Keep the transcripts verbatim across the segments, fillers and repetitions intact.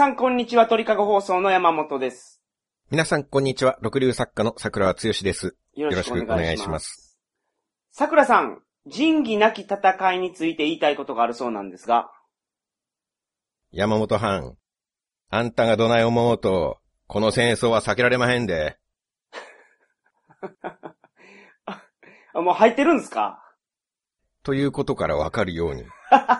さんこんにちは、鳥かご放送の山本です。 皆さんこんにちは、六流作家の桜剛です。 よろしくお願いします。桜さん、仁義なき戦いについて言いたいことがあるそうなんですが。 山本藩、あんたがどない思おうと、この戦争は避けられまへんで。 あ、もう入ってるんですか？ ということからわかるように。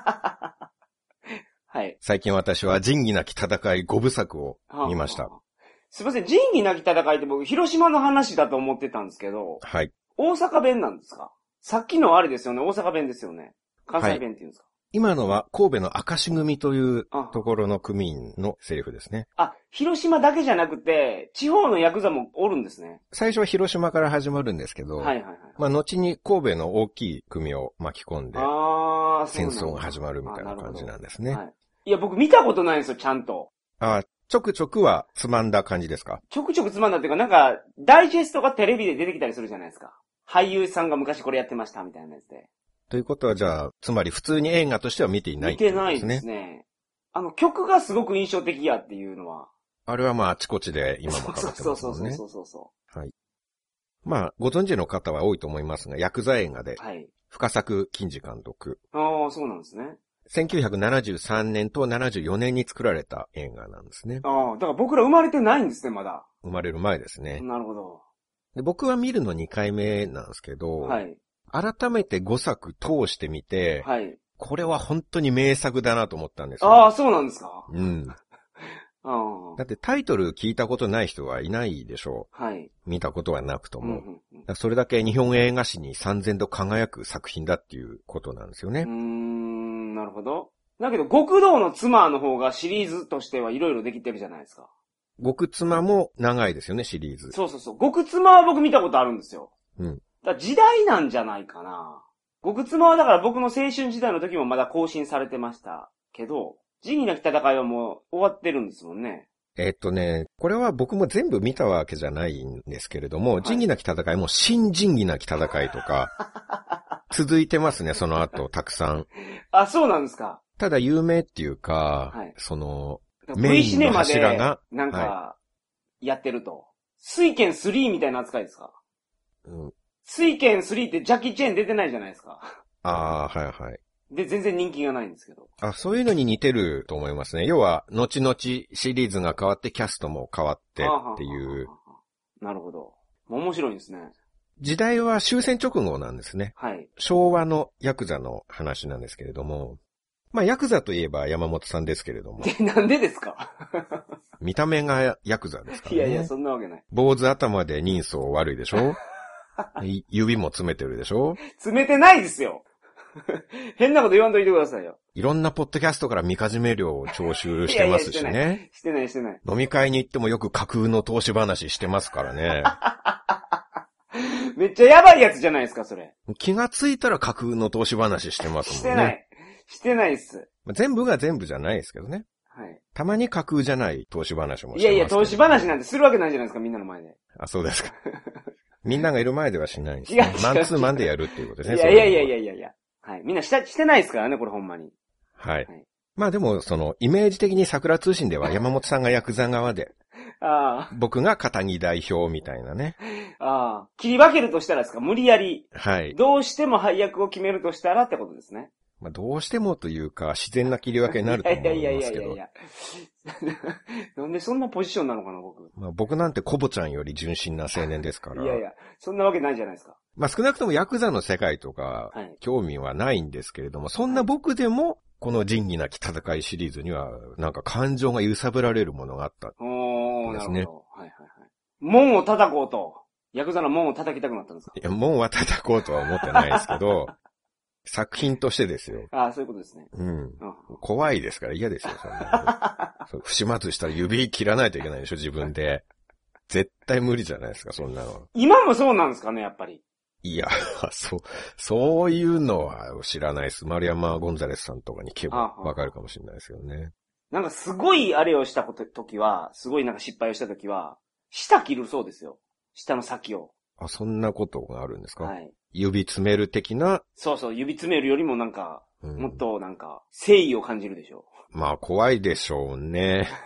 はい。 最近私は仁義なき戦いごぶさくを見ました。はあはあ、 すいません、仁義なき戦いって僕、広島の話だと思ってたんですけど。 はい。 大阪弁なんですか？さっきのあれですよね、大阪弁ですよね。関西弁っていうんですか？はい、 今のは神戸の明石組というところの組員のセリフですね。 あ、広島だけじゃなくて、地方のヤクザもおるんですね。 最初は広島から始まるんですけど、 はいはいはい。 まあ後に神戸の大きい組を巻き込んで、あ戦争が始まるみたいな感じなんですね。 はい。いや、僕見たことないんですよ、ちゃんと。 あ、ちょくちょくはつまんだ感じですか？ ちょくちょくつまんだっていうか、なんか、ダイジェストがテレビで出てきたりするじゃないですか。俳優さんが昔これやってましたみたいなやつで。 ということはじゃあ、つまり普通に映画としては見ていないってことですね。見てないですね。 あの、曲がすごく印象的やっていうのは。 あれはまああちこちで今もかかってますもんね。 そうそうそうそうそう。 はい。まあ、ご存知の方は多いと思いますが、ヤクザ映画で、はい。深作欣二監督。 ああ、そうなんですね。 せんきゅうひゃくななじゅうさんねんとななじゅうよねんに作られた映画なんですね。 ああ、だから僕ら生まれてないんですね、まだ。 生まれる前ですね。 なるほど。 で僕は見るのにかいめなんですけど、はい。改めてごさく通してみて、はい。これは本当に名作だなと思ったんですよ。 ああ、そうなんですか。 うん。あだってタイトル聞いたことない人はいないでしょう。はい。見たことはなくとも。うんうんうん、それだけ日本映画史に燦然と輝く作品だっていうことなんですよね。 うーん、なるほど。だけど、極道の妻の方がシリーズとしてはいろいろできてるじゃないですか。 極妻も長いですよね、シリーズ。 そうそうそう。極妻は僕見たことあるんですよ。 うん。 だ時代なんじゃないかな。極妻はだから僕の青春時代の時もまだ更新されてましたけど、仁義なき戦いはもう終わってるんですもんね。 えっとね、これは僕も全部見たわけじゃないんですけれども、はい、仁義なき戦いも新仁義なき戦いとか、続いてますね、その後、たくさん。 あ、そうなんですか。 ただ有名っていうか、はい、その、メインの柱が、 なんか、やってると。はい、水拳スリーみたいな扱いですか？うん。水拳スリーってジャッキー・チェーン出てないじゃないですか。 ああ、はいはい。 で、全然人気がないんですけど。 あ、そういうのに似てると思いますね。要は、後々シリーズが変わって、キャストも変わってっていう。 なるほど。面白いんですね。 時代は終戦直後なんですね。はい。昭和のヤクザの話なんですけれども。まあ、ヤクザといえば山本さんですけれども。 なんでですか？ 見た目がヤクザですからね。 いやいや、そんなわけない。 坊主頭で人相悪いでしょ指も詰めてるでしょ詰めてないですよ。変なこと言わんといてくださいよ。 いろんなポッドキャストからみかじめ料を徴収してますしね。いやいやしてない、してない、してない。 飲み会に行ってもよく架空の投資話してますからね。 めっちゃやばいやつじゃないですか、それ。 気がついたら架空の投資話してますもんね。 してない。してないっす。 全部が全部じゃないですけどね。はい。たまに架空じゃない投資話もしてます、ね。 いやいや、投資話なんてするわけないじゃないですか、みんなの前で。 あ、そうですか。みんながいる前ではしないんです、ね。違う違う違う。マンツーマンでやるっていうことですね。 いやいやいやいやいやいや。はい。みんなした、してないですからね、これほんまに。 はい。はい、まあでも、その、イメージ的に桜通信では山本さんがヤクザ側で、あ僕が片木代表みたいなね。 ああ。切り分けるとしたらですか、無理やり。 はい。 どうしても配役を決めるとしたらってことですね。 まあどうしてもというか、自然な切り分けになると思いますけど。いやいやいやいやいや。 なんでそんなポジションなのかな、僕。 まあ僕なんてコボちゃんより純真な青年ですから。 いやいや、そんなわけないじゃないですか。 まあ少なくともヤクザの世界とか、興味はないんですけれども、はい、そんな僕でも、この仁義なき戦いシリーズには、なんか感情が揺さぶられるものがあったんですね。 おー、なるほど。はいはいはい。門を叩こうと。ヤクザの門を叩きたくなったんですか？ いや、門は叩こうとは思ってないですけど、作品としてですよ。 ああ、そういうことですね。 うん。怖いですから嫌ですよ、そんなの。不始末したら指切らないといけないでしょ、自分で。絶対無理じゃないですか、そんなの。 今もそうなんですかね、やっぱり。 いや、そう、そういうのは知らないです。丸山ゴンザレスさんとかに聞けばわかるかもしれないですけどね。 なんかすごいあれをしたこと時は、すごいなんか失敗をした時は、舌切るそうですよ。舌の先を。 あ、そんなことがあるんですか？はい。指詰める的な。 そうそう、指詰めるよりもなんか、うん、もっとなんか、誠意を感じるでしょう。まあ怖いでしょうね。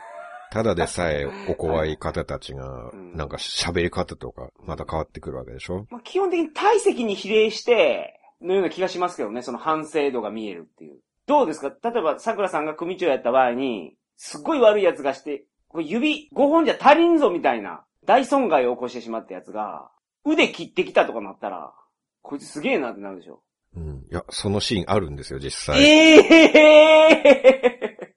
ただでさえお怖い方たちが、なんか喋り方とか、また変わってくるわけでしょ、 まあ、基本的に体積に比例して、のような気がしますけどね、その反省度が見えるっていう。どうですか？例えば、桜さんが組長やった場合に、すっごい悪い奴がして、これ指ごほんじゃ足りんぞみたいな、大損害を起こしてしまった奴が、腕切ってきたとかなったら、こいつすげえなってなるでしょ。 うん。いや、そのシーンあるんですよ、実際。 ええー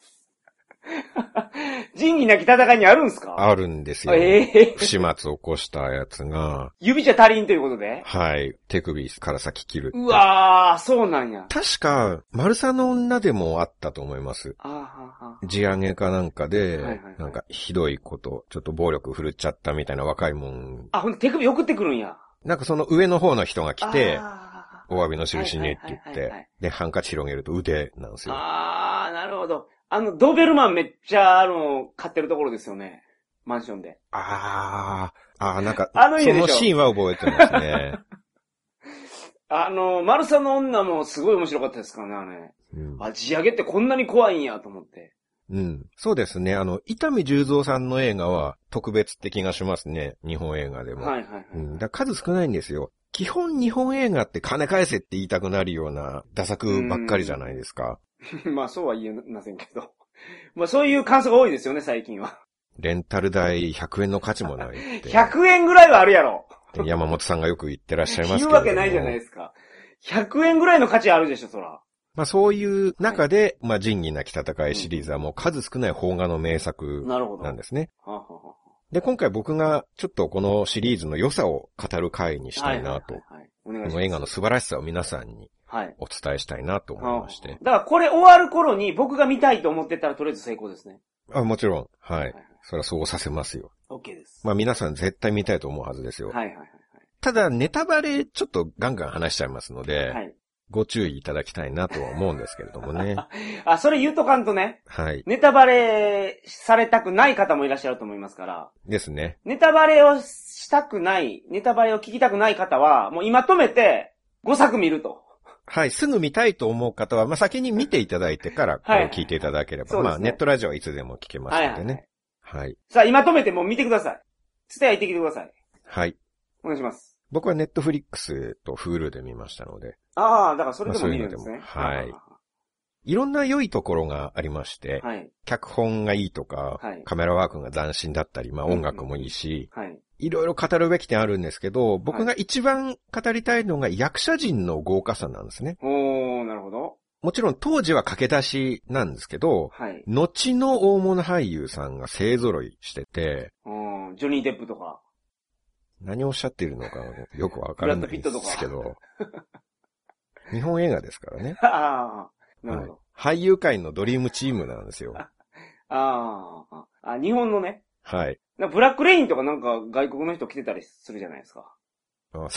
仁義なき戦いにあるんすか？ あるんですよ。 ええー、 不始末を起こしたやつが。 指じゃ足りんということで？ はい。手首から先切るって。 うわー、そうなんや。 確か、丸さの女でもあったと思います。 あーはは地上げかなんかで、 はいはいはい、 なんかひどいこと、ちょっと暴力振るっちゃったみたいな若いもん。 あ、ほんと手首送ってくるんや。 なんかその上の方の人が来て、お詫びの印にって言って、で、ハンカチ広げると腕なんですよ。 あー、なるほど。あの、ドーベルマンめっちゃ、あの、買ってるところですよね。マンションで。 あー、あー、なんか、 あの家でしょ。 そのシーンは覚えてますね。 あの、マルサの女もすごい面白かったですからね、あれ。うん、あ、地上げってこんなに怖いんやと思って。 うん。そうですね。あの、伊丹十三さんの映画は特別って気がしますね。日本映画でも。 はいはいはい。 うん。だから数少ないんですよ。基本日本映画って金返せって言いたくなるような打作ばっかりじゃないですか。 まあそうは言えませんけど。まあそういう感想が多いですよね、最近は。 レンタル代ひゃくえんの価値もないって。 ひゃくえんぐらいはあるやろ。 山本さんがよく言ってらっしゃいますけど。 言うわけないじゃないですか。ひゃくえんぐらいの価値あるでしょ、そら。 まあそういう中で、はい、まあ仁義なき戦いシリーズはもう数少ない邦画の名作なんですね。 はははで、今回僕がちょっとこのシリーズの良さを語る回にしたいなと。この映画の素晴らしさを皆さんにお伝えしたいなと思いまして。はい、 だからこれ終わる頃に僕が見たいと思ってたらとりあえず成功ですね。 あ、もちろん。はい。はいはい、それはそうさせますよ。 OK です。 まあ皆さん絶対見たいと思うはずですよ。 はいはいはい、はい。 ただネタバレちょっとガンガン話しちゃいますので、はい、ご注意いただきたいなとは思うんですけれどもね。 あ、それ言うとかんとね。 はい。 ネタバレされたくない方もいらっしゃると思いますから。 ですね。 ネタバレをしたくない、ネタバレを聞きたくない方は、もう今止めてごさく見ると。 はい。すぐ見たいと思う方は、まあ、先に見ていただいてから、これを聞いていただければ。はいはい、まあ、ね、ネットラジオはいつでも聞けますのでね。はい、はいはい。 さあ、今止めてもう見てください。ツタヤ行ってきてください。 はい。 お願いします。 僕はネットフリックスとフールで見ましたので。 ああ、だからそれでも見るんですね。 まあ、はい。いろんな良いところがありまして、はい、脚本がいいとか、はい、カメラワークが斬新だったり、まあ音楽もいいし、うんうんはい、いろいろ語るべき点あるんですけど、僕が一番語りたいのが役者陣の豪華さなんですね。 おー、なるほど。 もちろん当時は駆け出しなんですけど、はい、後の大物俳優さんが勢揃いしてて、 うん、ジョニー・デップとか。 何をおっしゃっているのかよくわからないんですけど、日本映画ですからね。 ああ。なるほど、 はい。俳優界のドリームチームなんですよ。 ああ。あ、日本のね。 はい。 ブラックレインとかなんか外国の人来てたりするじゃないですか。 ああ、はい。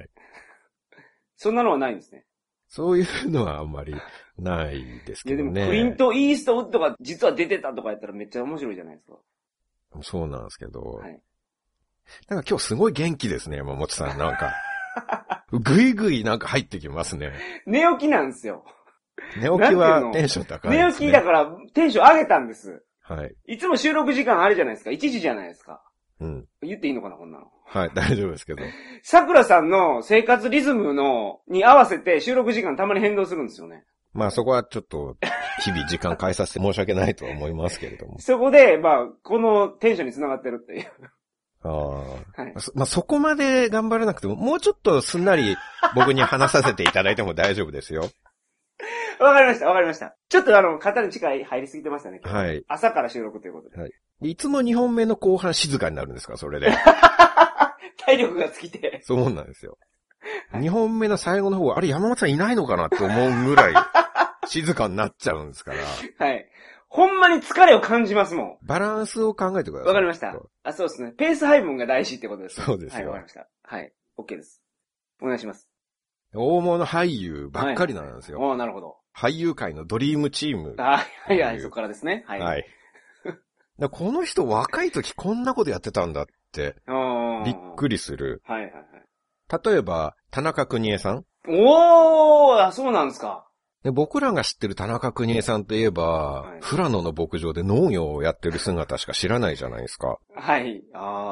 そんなのはないんですね。 そういうのはあんまりないですけどね。 いやでもクリント・イーストウッドが実は出てたとかやったらめっちゃ面白いじゃないですか。 そうなんですけど。はい。なんか今日すごい元気ですね、山本さん。なんか。ぐいぐいなんか入ってきますね。 寝起きなんですよ。 寝起きはテンション高いですね。 寝起きだからテンション上げたんです。 はい。 いつも収録時間あれじゃないですか。いちじじゃないですか。 うん。 言っていいのかな、こんなの。 はい、大丈夫ですけど。 桜さんの生活リズムの、に合わせて収録時間たまに変動するんですよね。 まあそこはちょっと、日々時間変えさせて申し訳ないとは思いますけれども。 そこで、まあ、このテンションに繋がってるっていう。 ああ。はい、まあそこまで頑張らなくても、もうちょっとすんなり僕に話させていただいても大丈夫ですよ。 わかりました、わかりました。ちょっとあの、肩に力入りすぎてましたね。 はい。 朝から収録ということで。 はい。いつもにほんめの後半静かになるんですか、それで。 体力が尽きて。 そうなんですよ。はい、にほんめの最後の方は、あれ山本さんいないのかなって思うぐらい静かになっちゃうんですから。 はい。ほんまに疲れを感じますもん。 バランスを考えてください。 わかりました。あ、そうですね。ペース配分が大事ってことですね。 そうですよ。 はい、わかりました。はい。OK です。お願いします。 大物俳優ばっかりなんですよ。 はい、おー、なるほど。 俳優界のドリームチーム。 はい、はい、そこからですね。はい。 はい。だこの人若い時こんなことやってたんだって、びっくりする。 はいはいはい。 例えば、田中邦衛さん。 おー、あ、そうなんですか。 で僕らが知ってる田中邦衛さんといえば、はい、富良野の牧場で農業をやってる姿しか知らないじゃないですか。 はい。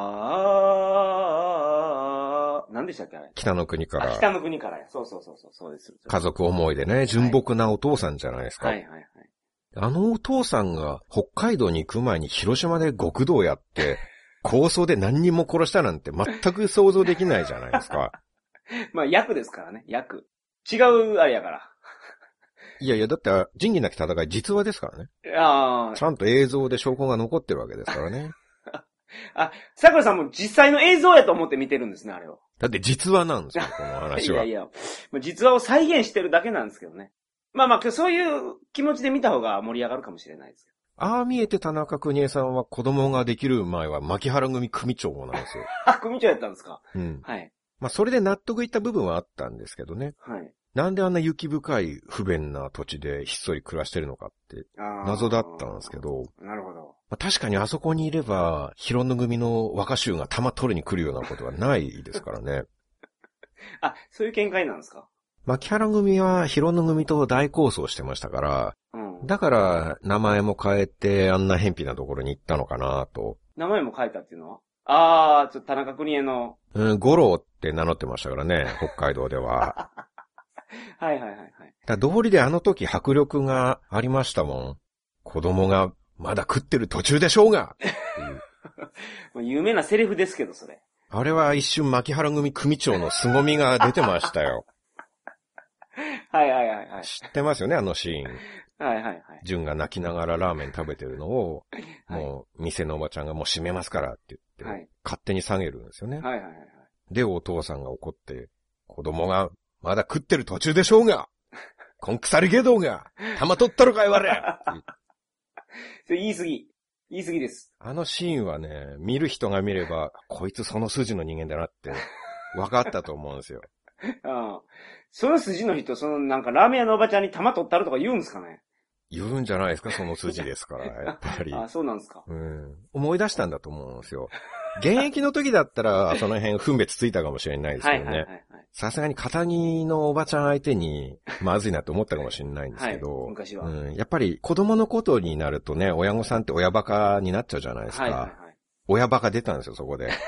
あー、何でしたっけあれ？ 北の国から。 北の国からや。そうそうそうそう、そうです。 家族思いでね、純朴なお父さんじゃないですか。 はいはいはい。 あのお父さんが北海道に行く前に広島で極道やって、抗争で何人も殺したなんて全く想像できないじゃないですか。 まあ、役ですからね、役。違うあれやから。 いやいや、だって、仁義なき戦い実話ですからね。 ああ。 ちゃんと映像で証拠が残ってるわけですからね。 あ、桜さんも実際の映像やと思って見てるんですね、あれを。 だって実話なんですよ、この話は。 いやいや、実話を再現してるだけなんですけどね。まあまあ、そういう気持ちで見た方が盛り上がるかもしれないですけど。 ああ見えて田中邦衛さんは子供ができる前は牧原組組長なんですよ。 あ、組長やったんですか？ うん。 はい。 まあそれで納得いった部分はあったんですけどね。 はい。 なんであんな雪深い不便な土地でひっそり暮らしてるのかって謎だったんですけど。 なるほど。 まあ、確かにあそこにいれば、広野組の若衆が玉取りに来るようなことはないですからね。 あ、そういう見解なんですか？ 牧原組は広野組と大抗争してましたから、うん、だから名前も変えてあんな偏僻なところに行ったのかなと。 名前も変えたっていうのは？あー、ちょっと田中邦衛の。 うん、五郎って名乗ってましたからね、北海道では。 はいはいはいはい。 だ道理であの時迫力がありましたもん。子供がまだ食ってる途中でしょうがっていう有名なセリフですけど、それ。 あれは一瞬牧原組組長の凄みが出てましたよ。 はいはいはいはい。 知ってますよね、あのシーン。 はいはいはい。 純が泣きながらラーメン食べてるのを、はい、もう店のおばちゃんがもう閉めますからって言って、はい、勝手に下げるんですよね。 はいはいはい。 で、お父さんが怒って、子供がまだ食ってる途中でしょうがこんくさりげどうが玉取ったろかいわれそれ言い過ぎ。言い過ぎです。 あのシーンはね、見る人が見れば、こいつその筋の人間だなって、分かったと思うんですよ。 ああ。その筋の人、そのなんかラーメン屋のおばちゃんに玉取ったるとか言うんですかね？ 言うんじゃないですか、その筋ですから、やっぱり。 あ、そうなんですか。 うん。思い出したんだと思うんですよ。現役の時だったら、その辺分別ついたかもしれないですけどね。さすがに片木のおばちゃん相手に、まずいなと思ったかもしれないんですけど。はい、 昔は。 うん。やっぱり子供のことになるとね、親御さんって親バカになっちゃうじゃないですか。はいはいはい、親バカ出たんですよ、そこで。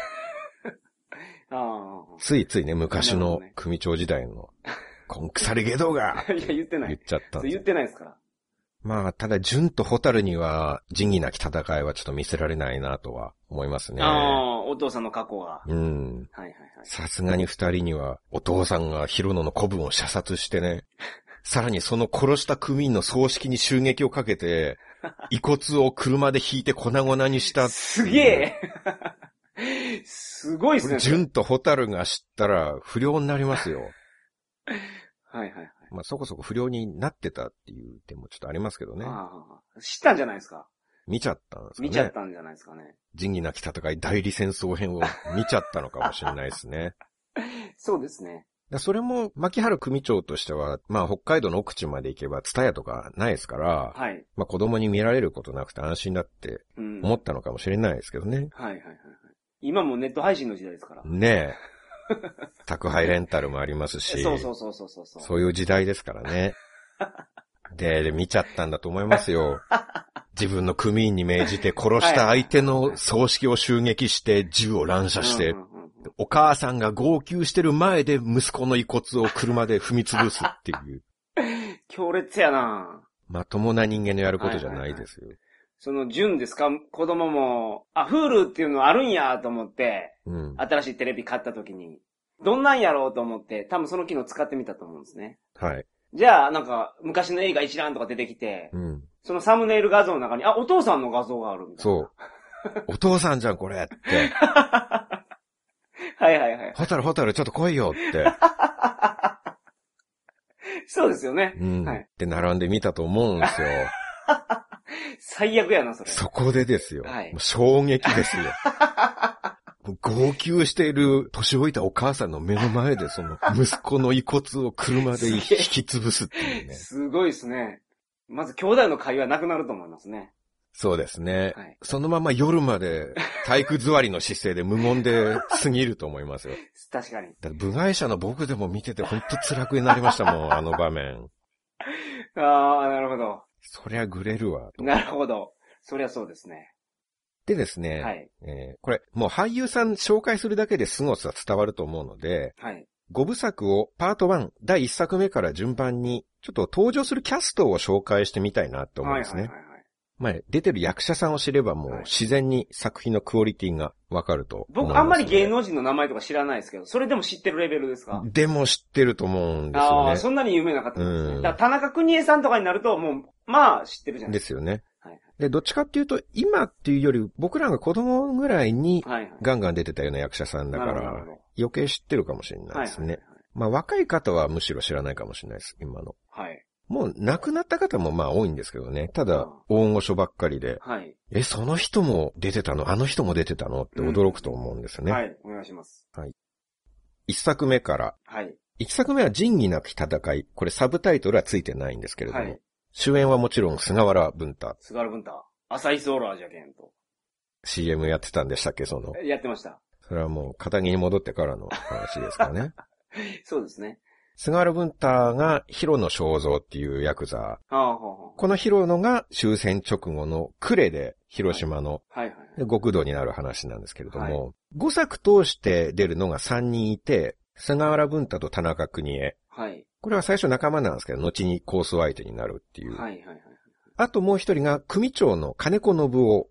あついついね、昔の組長時代の、こんくさりげどがいや、言ってない。 言っちゃったんです。 言ってないですから。 まあ、ただ、純とホタルには、仁義なき戦いはちょっと見せられないなとは思いますね。 ああ、お父さんの過去が。 うん。はいはいはい。さすがに二人には、お父さんが広野の子分を射殺してね、さらにその殺した組員の葬式に襲撃をかけて、遺骨を車で引いて粉々にした。 すげえすごいっすね。 純とホタルが知ったら不良になりますよ。 はいはいはい。 まあそこそこ不良になってたっていう点もちょっとありますけどね。 ああ、知ったんじゃないですか。 見ちゃったんですかね。 見ちゃったんじゃないですかね。 仁義なき戦い代理戦争編を見ちゃったのかもしれないですね。 そうですね。 それも、牧原組長としては、まあ北海道の奥地まで行けばツタヤとかないですから、はい。まあ子供に見られることなくて安心だって思ったのかもしれないですけどね。うん、 はいはいはい。今もネット配信の時代ですから。 ねえ。宅配レンタルもありますし。 そうそうそうそうそう。 そういう時代ですからね。で、で見ちゃったんだと思いますよ。自分の組員に命じて殺した相手の葬式を襲撃して銃を乱射して、お母さんが号泣してる前で息子の遺骨を車で踏み潰すっていう。 強烈やな。 まともな人間のやることじゃないですよ。はいはいはい、 その純ですか、子供も、あ、Hulu っていうのあるんやと思って、うん、新しいテレビ買った時に、どんなんやろうと思って、多分その機能使ってみたと思うんですね。 はい。 じゃあ、なんか、昔の映画一覧とか出てきて、うん、そのサムネイル画像の中に、あ、お父さんの画像があるみたいな。 そう。お父さんじゃん、これって。 はいはいはい。 ホタルホタルちょっと来いよって。 そうですよね。 うん。はい。って並んでみたと思うんですよ。 最悪やな、それ。 そこでですよ。はい。もう衝撃ですよ。号泣している年老いたお母さんの目の前でその息子の遺骨を車で引き潰すっていうね。 すごいですね。まず兄弟の会話なくなると思いますね。 そうですね。はい、そのまま夜まで体育座りの姿勢で無言で過ぎると思いますよ。 確かに。 だから部外者の僕でも見ててほんと辛くなりましたもん、あの場面。 ああ、なるほど。 そりゃグレるわと。 なるほど。そりゃそうですね。 でですね、 はい。 えー、これ、もう俳優さん紹介するだけで凄さ伝わると思うので、はい。ごぶさくをパートワン、だいいっさくめから順番に、ちょっと登場するキャストを紹介してみたいなと思うんですね。はいはいはいはい。まあ、出てる役者さんを知ればもう自然に作品のクオリティがわかると思います、ね。 僕あんまり芸能人の名前とか知らないですけど、それでも知ってるレベルですか？ でも知ってると思うんですよね。 ああ、そんなに有名な方なんですね。うん、だから田中邦衛さんとかになるともう、まあ知ってるじゃないですか。 ですよね。はい、で、どっちかっていうと、今っていうより、僕らが子供ぐらいにガンガン出てたような役者さんだから、余計知ってるかもしれないですね。はいはいはい、まあ若い方はむしろ知らないかもしれないです、今の。はい。もう亡くなった方もまあ多いんですけどね。ただ、大御所ばっかりで。はい。え、その人も出てたの？あの人も出てたの？って驚くと思うんですよね。 うん、はい、お願いします。 はい。一作目から。はい。一作目は仁義なき戦い。これサブタイトルはついてないんですけれども。はい。主演はもちろん菅原文太。 菅原文太。浅井ソーラーじゃけんと。 シーエム やってたんでしたっけ、その。 やってました。 それはもう、片木に戻ってからの話ですからね。 そうですね。 菅原文太が広野正蔵っていうヤクザ。はあはあ、この広野が終戦直後の呉で広島の極道になる話なんですけれども、はい、ごさく通して出るのがさんにんいて、菅原文太と田中邦衛。はい、これは最初仲間なんですけど、後に抗争相手になるっていう。はいはいはい、あともう一人が組長の金子信夫。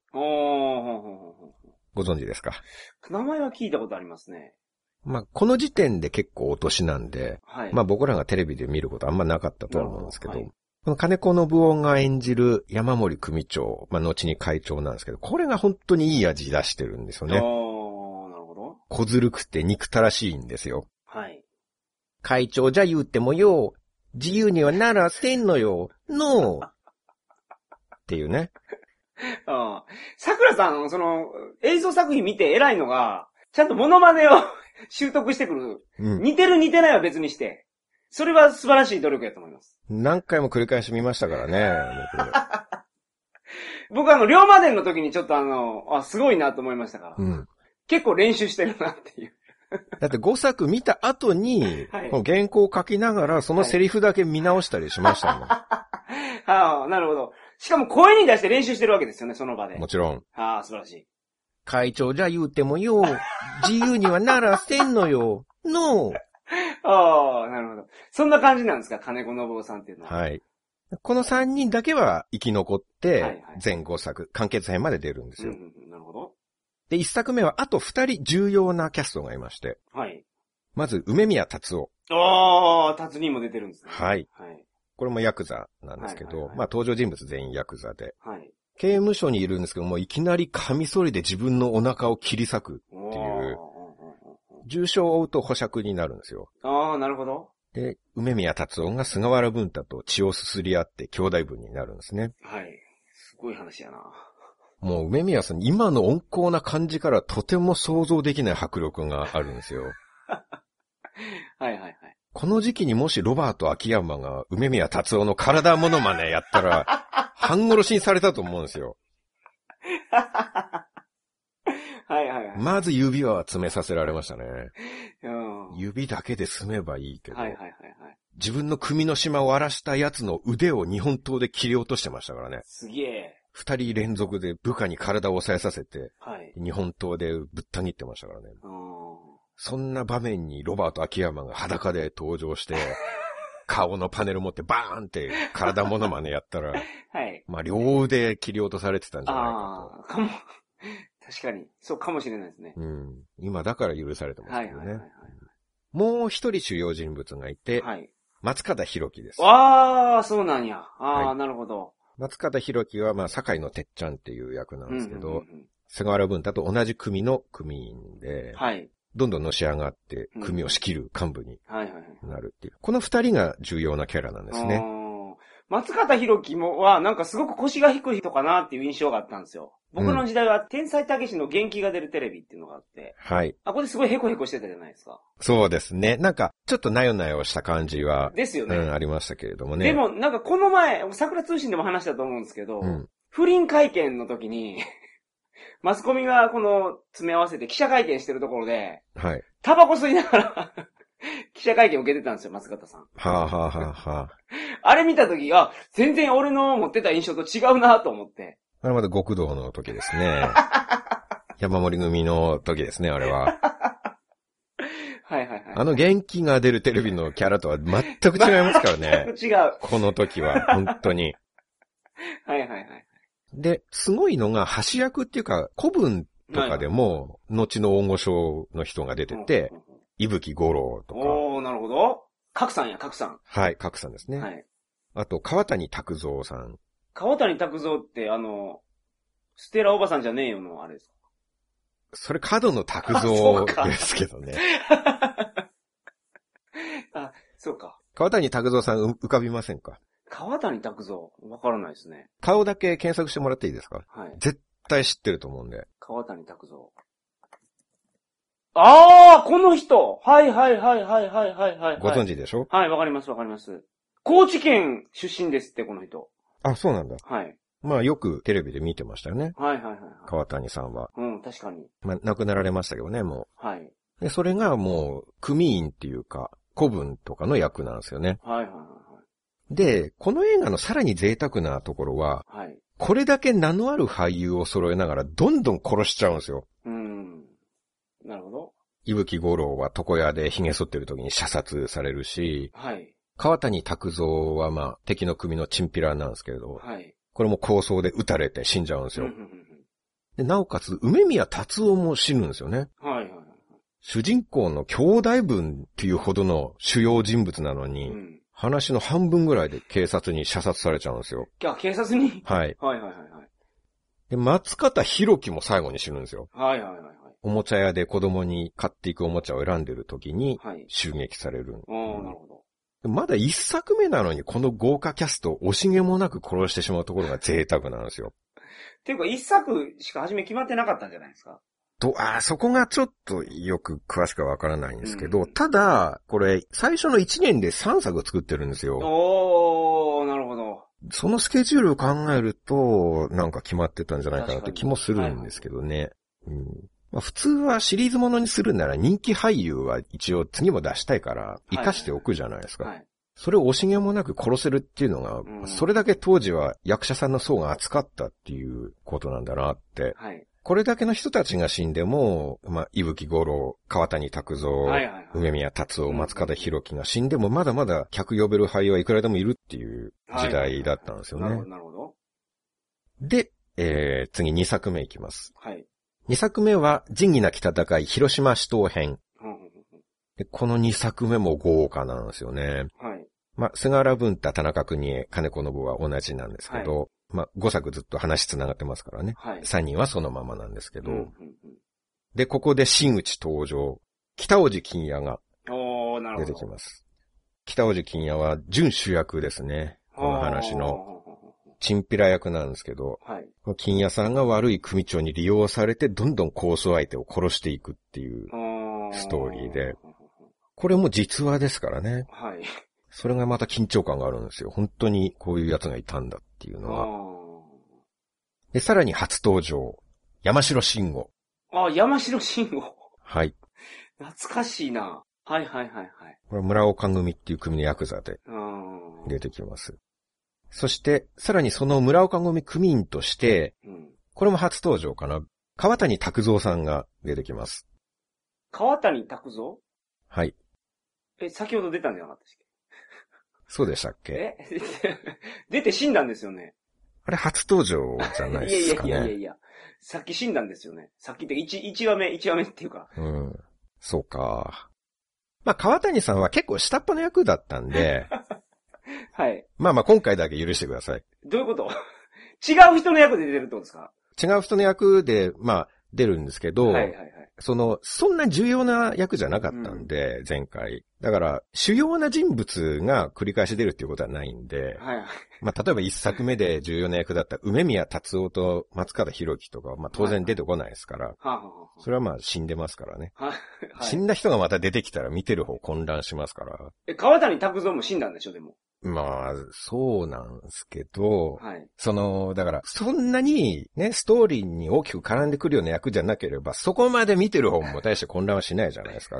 ご存知ですか？ 名前は聞いたことありますね。 まあ、この時点で結構お年なんで、はい、まあ僕らがテレビで見ることあんまなかったと思うんですけど、はい、この金子信夫が演じる山森組長、まあ後に会長なんですけど、これが本当にいい味出してるんですよね。ああ、なるほど。小ずるくて憎たらしいんですよ。はい。会長じゃ言うてもよ、自由にはならせんのよ、のーっていうね。 ああ。桜さん、その、映像作品見て偉いのが、ちゃんとモノマネを習得してくる、うん。似てる似てないは別にして。それは素晴らしい努力やと思います。 何回も繰り返し見ましたからね。 僕あの、龍馬伝の時にちょっとあの、あ、すごいなと思いましたから。うん、結構練習してるなっていう。 だってごさく見た後に、はい、この原稿を書きながら、そのセリフだけ見直したりしましたもん。 はい、ああ、なるほど。しかも声に出して練習してるわけですよね、その場で。 もちろん。 ああ、素晴らしい。 会長じゃ言うてもよ、自由にはならせんのよ、の。 ああ、なるほど。そんな感じなんですか、金子信夫さんっていうのは。 はい。このさんにんだけは生き残って、全ごさく、完結編まで出るんですよ。うんうん、なるほど。で、いっさくめはあとふたり重要なキャストがいまして。はい。まず、梅宮達夫。 ああ、達人も出てるんですね。 はい。はい。これもヤクザなんですけど、はいはいはい、まあ登場人物全員ヤクザで。はい。刑務所にいるんですけども、いきなりカミソリで自分のお腹を切り裂くっていう、重傷を負うと保釈になるんですよ。 ああ、なるほど。 で、梅宮達夫が菅原文太と血をすすり合って兄弟分になるんですね。 はい。すごい話やな。 もう梅宮さん、今の温厚な感じからとても想像できない迫力があるんですよ。 はいはいはい。 この時期にもしロバート秋山が梅宮達夫の体モノマネやったら、半殺しにされたと思うんですよ。 はいはいはい。 まず指輪は詰めさせられましたね。うん、指だけで済めばいいけど、はいはいはいはい、自分の組の島を荒らした奴の腕を日本刀で切り落としてましたからね。 すげえ。 二人連続で部下に体を押さえさせて、はい、日本刀でぶった切ってましたからね。そんな場面にロバート秋山が裸で登場して、顔のパネル持ってバーンって体モノマネやったら、はい、まあ両腕切り落とされてたんじゃないかと。ああ、かも。 確かに。そうかもしれないですね。 うん。今だから許されてますけどね。はいはいはいはい、もう一人主要人物がいて、はい、松方弘樹です。 ああ、そうなんや。ああ、はい、なるほど。 松方弘樹は、まあ、堺のてっちゃんっていう役なんですけど、うんうんうん、菅原文太と同じ組の組員で、はい、どんどんのし上がって、組を仕切る幹部になるっていう。この二人が重要なキャラなんですね。 松方弘樹もは、なんかすごく腰が低い人かなっていう印象があったんですよ。僕の時代は、天才たけしの元気が出るテレビっていうのがあって。はい。あ、これすごいヘコヘコしてたじゃないですか。 そうですね。なんか、ちょっとなよなよした感じは。 ですよね。 うん、ありましたけれどもね。 でも、なんかこの前、桜通信でも話したと思うんですけど、うん、不倫会見の時に、マスコミがこの詰め合わせて記者会見してるところで、はい。タバコ吸いながら、 記者会見を受けてたんですよ、松方さん。 はあ、はあはあはあ、 あれ見たとき、あ、全然俺の持ってた印象と違うなと思って。 あれまだ極道の時ですね。山盛り組の時ですね、あれは。 はいはいはい。 あの元気が出るテレビのキャラとは全く違いますからね。 全く違う。 この時は、本当に。 はいはいはい。 で、すごいのが、橋役っていうか、古文とかでも、後の大御所の人が出てて、伊吹五郎とか。 おー、なるほど。角さんや、角さん。 はい、角さんですね。はい。あと、川谷拓三さん。 川谷拓三って、あの、ステラおばさんじゃねえよの、あれですか。 それ、角野拓三ですけどね。 あ、そうか。 川谷拓三さん浮かびませんか？ 川谷拓三わからないですね。 顔だけ検索してもらっていいですか？はい。絶対知ってると思うんで。 川谷拓三。ああ、この人はいはいはいはいはいはいはい。 ご存知でしょ？ はい、わかりますわかります。高知県出身ですって、この人。 あ、そうなんだ。 はい。 まあよくテレビで見てましたよね。 はいはいはい、はい。 川谷さんは。 うん、確かに。 まあ亡くなられましたけどね、もう。はい。 で、それがもう、組員っていうか、古文とかの役なんですよね。 はいはいはい。 で、この映画のさらに贅沢なところは、はい。これだけ名のある俳優を揃えながらどんどん殺しちゃうんですよ。 うん。なるほど。 伊吹五郎は床屋で髭剃ってる時に射殺されるし、 はい。 川谷拓三はまあ敵の組のチンピラなんですけれど、 はい。これも抗争で撃たれて死んじゃうんですよ。でなおかつ、梅宮達夫も死ぬんですよね。 はいはい。 主人公の兄弟分っていうほどの主要人物なのに、うん、話の半分ぐらいで警察に射殺されちゃうんですよ。 いや、警察にはい。 はいはいはいはい。 で、松方弘樹も最後に死ぬんですよ。 はいはいはいはい。 おもちゃ屋で子供に買っていくおもちゃを選んでる時に、襲撃される。はい、 うん、なるほど。 まだ一作目なのにこの豪華キャストを惜しげもなく殺してしまうところが贅沢なんですよ。 っていうか一作しか初め決まってなかったんじゃないですか？ と、あ、そこがちょっとよく詳しくはわからないんですけど、うん、ただ、これ、最初のいちねんでさんさく作ってるんですよ。 おー、なるほど。 そのスケジュールを考えると、なんか決まってたんじゃないかなって気もするんですけどね。はいはい、うんまあ、普通はシリーズものにするなら人気俳優は一応次も出したいから活かしておくじゃないですか。はいはいはい、それを惜しげもなく殺せるっていうのが、うん、それだけ当時は役者さんの層が厚かったっていうことなんだなって。はいこれだけの人たちが死んでも、まあ、伊吹五郎、川谷拓三、はいはいはい、梅宮達夫、松方弘樹が死んでもまだまだ客呼べる俳優はいくらでもいるっていう時代だったんですよね。はいはいはい、なるほど、なるほど。で、えー、次にさくめいきます。はい。にさくめは、仁義なき戦い、広島死闘編。でこのにさくめも豪華なんですよね。はい。まあ、菅原文太、田中邦衛、金子信は同じなんですけど、はいまあ、ごさくずっと話繋がってますからね。はい。さんにんはそのままなんですけど。うんうんうん、で、ここで真打ち登場。北尾路欣也が出てきます。北尾路欣也は準主役ですね。この話の。チンピラ役なんですけど、はい。欣也さんが悪い組長に利用されて、どんどん抗争相手を殺していくっていうストーリーで。これも実話ですからね。はい。それがまた緊張感があるんですよ。本当にこういう奴がいたんだっていうのは。で、さらに初登場。山城慎吾。 あ、山城慎吾。 はい。 懐かしいな。はいはいはいはい。 これ村岡組っていう組のヤクザで出てきます。そして、さらにその村岡組組員として、うん、これも初登場かな。川谷拓三さんが出てきます。 川谷拓三？はい。え、先ほど出たんじゃなかったっけ？ そうでしたっけ？ え出て死んだんですよね。 あれ初登場じゃないですかね。いやいやいやいや。 さっき死んだんですよね。さっきって一、一話目、一話目っていうか。 うん。そうか。まあ、川谷さんは結構下っ端の役だったんで。はい。まあまあ今回だけ許してください。 どういうこと違う人の役で出てるってことですか？ 違う人の役で、まあ、出るんですけど、はいはいはい。その、そんな重要な役じゃなかったんで、うん、前回。だから、主要な人物が繰り返し出るっていうことはないんで、はいはい。まあ、例えば一作目で重要な役だった梅宮達夫と松方弘樹とかは、まあ当然出てこないですから、はいはい、それはまあ死んでますからね、はいはい。死んだ人がまた出てきたら見てる方混乱しますから。 え、川谷拓三も死んだんでしょ、でも。 まあ、そうなんですけど、はい、その、だから、そんなにね、ストーリーに大きく絡んでくるような役じゃなければ、そこまで見てる方も大して混乱はしないじゃないですか。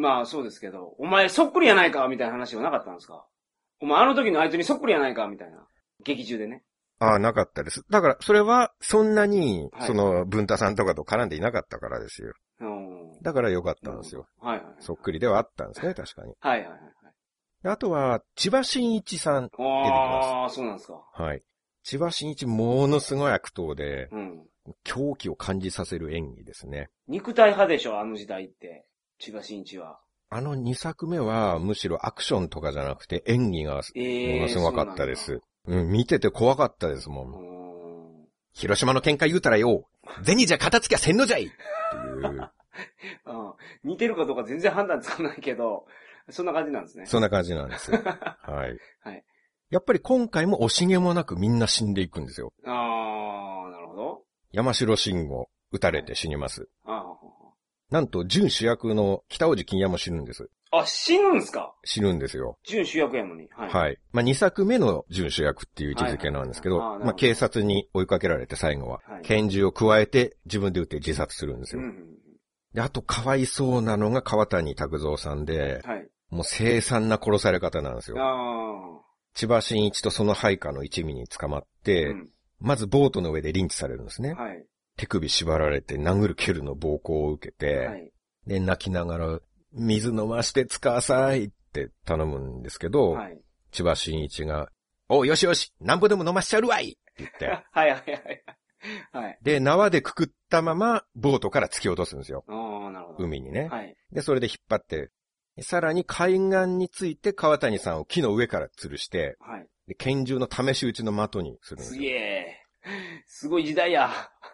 まあそうですけど、お前そっくりやないかみたいな話はなかったんですか？お前あの時のあいつにそっくりやないかみたいな。劇中でね。 ああ、なかったです。だから、それは、そんなに、はい、その、文太さんとかと絡んでいなかったからですよ。だからよかったんですよ。 はいはいはい、 そっくりではあったんですね、確かに。 はいはいはい。 あとは、千葉真一さん出てきます。 ああ、そうなんですか。 はい。千葉真一ものすごい悪党で、うん、狂気を感じさせる演技ですね。 肉体派でしょ、あの時代って。千葉真一は。 あのにさくめは、むしろアクションとかじゃなくて演技がものすごかったです。えー、うん、見てて怖かったですもん。広島の喧嘩言うたらよ、銭じゃ片付きゃせんのじゃいっていう。 ああ、似てるかどうか全然判断つかないけど、そんな感じなんですね。 そんな感じなんです。はい。はい。やっぱり今回も惜しげもなくみんな死んでいくんですよ。 ああ、なるほど。 山城慎吾、撃たれて死にます。 はい、ああ。 なんと、準主役の北大路欣也も死ぬんです。 あ、死ぬんすか？ 死ぬんですよ。 準主役やのに。 はい。はい。まあ、にさくめの準主役っていう位置づけなんですけど、まあ、警察に追いかけられて最後は、はい、拳銃を加えて自分で撃って自殺するんですよ。うん、で、あと、かわいそうなのが川谷拓三さんで、はい、もう凄惨な殺され方なんですよ。あ千葉真一とその配下の一味に捕まって、うん、まずボートの上でリンチされるんですね。はい、手首縛られて殴る蹴るの暴行を受けて、はい、で、泣きながら、水飲まして使わさいって頼むんですけど、はい、千葉真一が、お、よしよし、なんぼでも飲ましちゃうわいって言って。 はいはいはい。はい。 で、縄でくくったまま、ボートから突き落とすんですよ。 ああ、なるほど。 海にね。 はい。 で、それで引っ張って、さらに海岸について川谷さんを木の上から吊るして、はい。で、拳銃の試し撃ちの的にするんですよ。 すげえ。すごい時代や。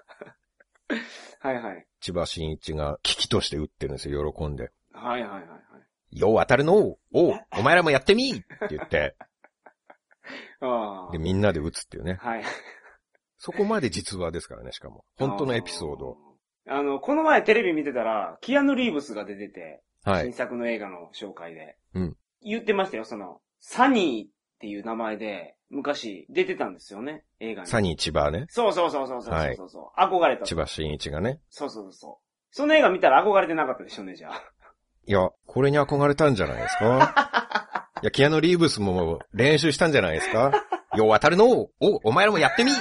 はいはい。 千葉真一が危機として撃ってるんですよ、喜んで。 はいはいはいはい。 よう当たるのおう、お前らもやってみーって言って。 あで、みんなで撃つっていうね。 はい。 そこまで実話ですからね、しかも。本当のエピソード。 あの、この前テレビ見てたら、キアヌ・リーブスが出てて、はい。新作の映画の紹介で。 うん。 言ってましたよ、その、サニーっていう名前で、昔出てたんですよね、映画に。 サニー千葉ね。 そうそうそうそうそうそうそう、はい、憧れた。 千葉真一がね。 そうそうそう。その映画見たら憧れてなかったでしょうね、じゃあ。 いや、これに憧れたんじゃないですか。いや、キアヌ・リーブスも練習したんじゃないですか。よう当たるのお、お前らもやってみって。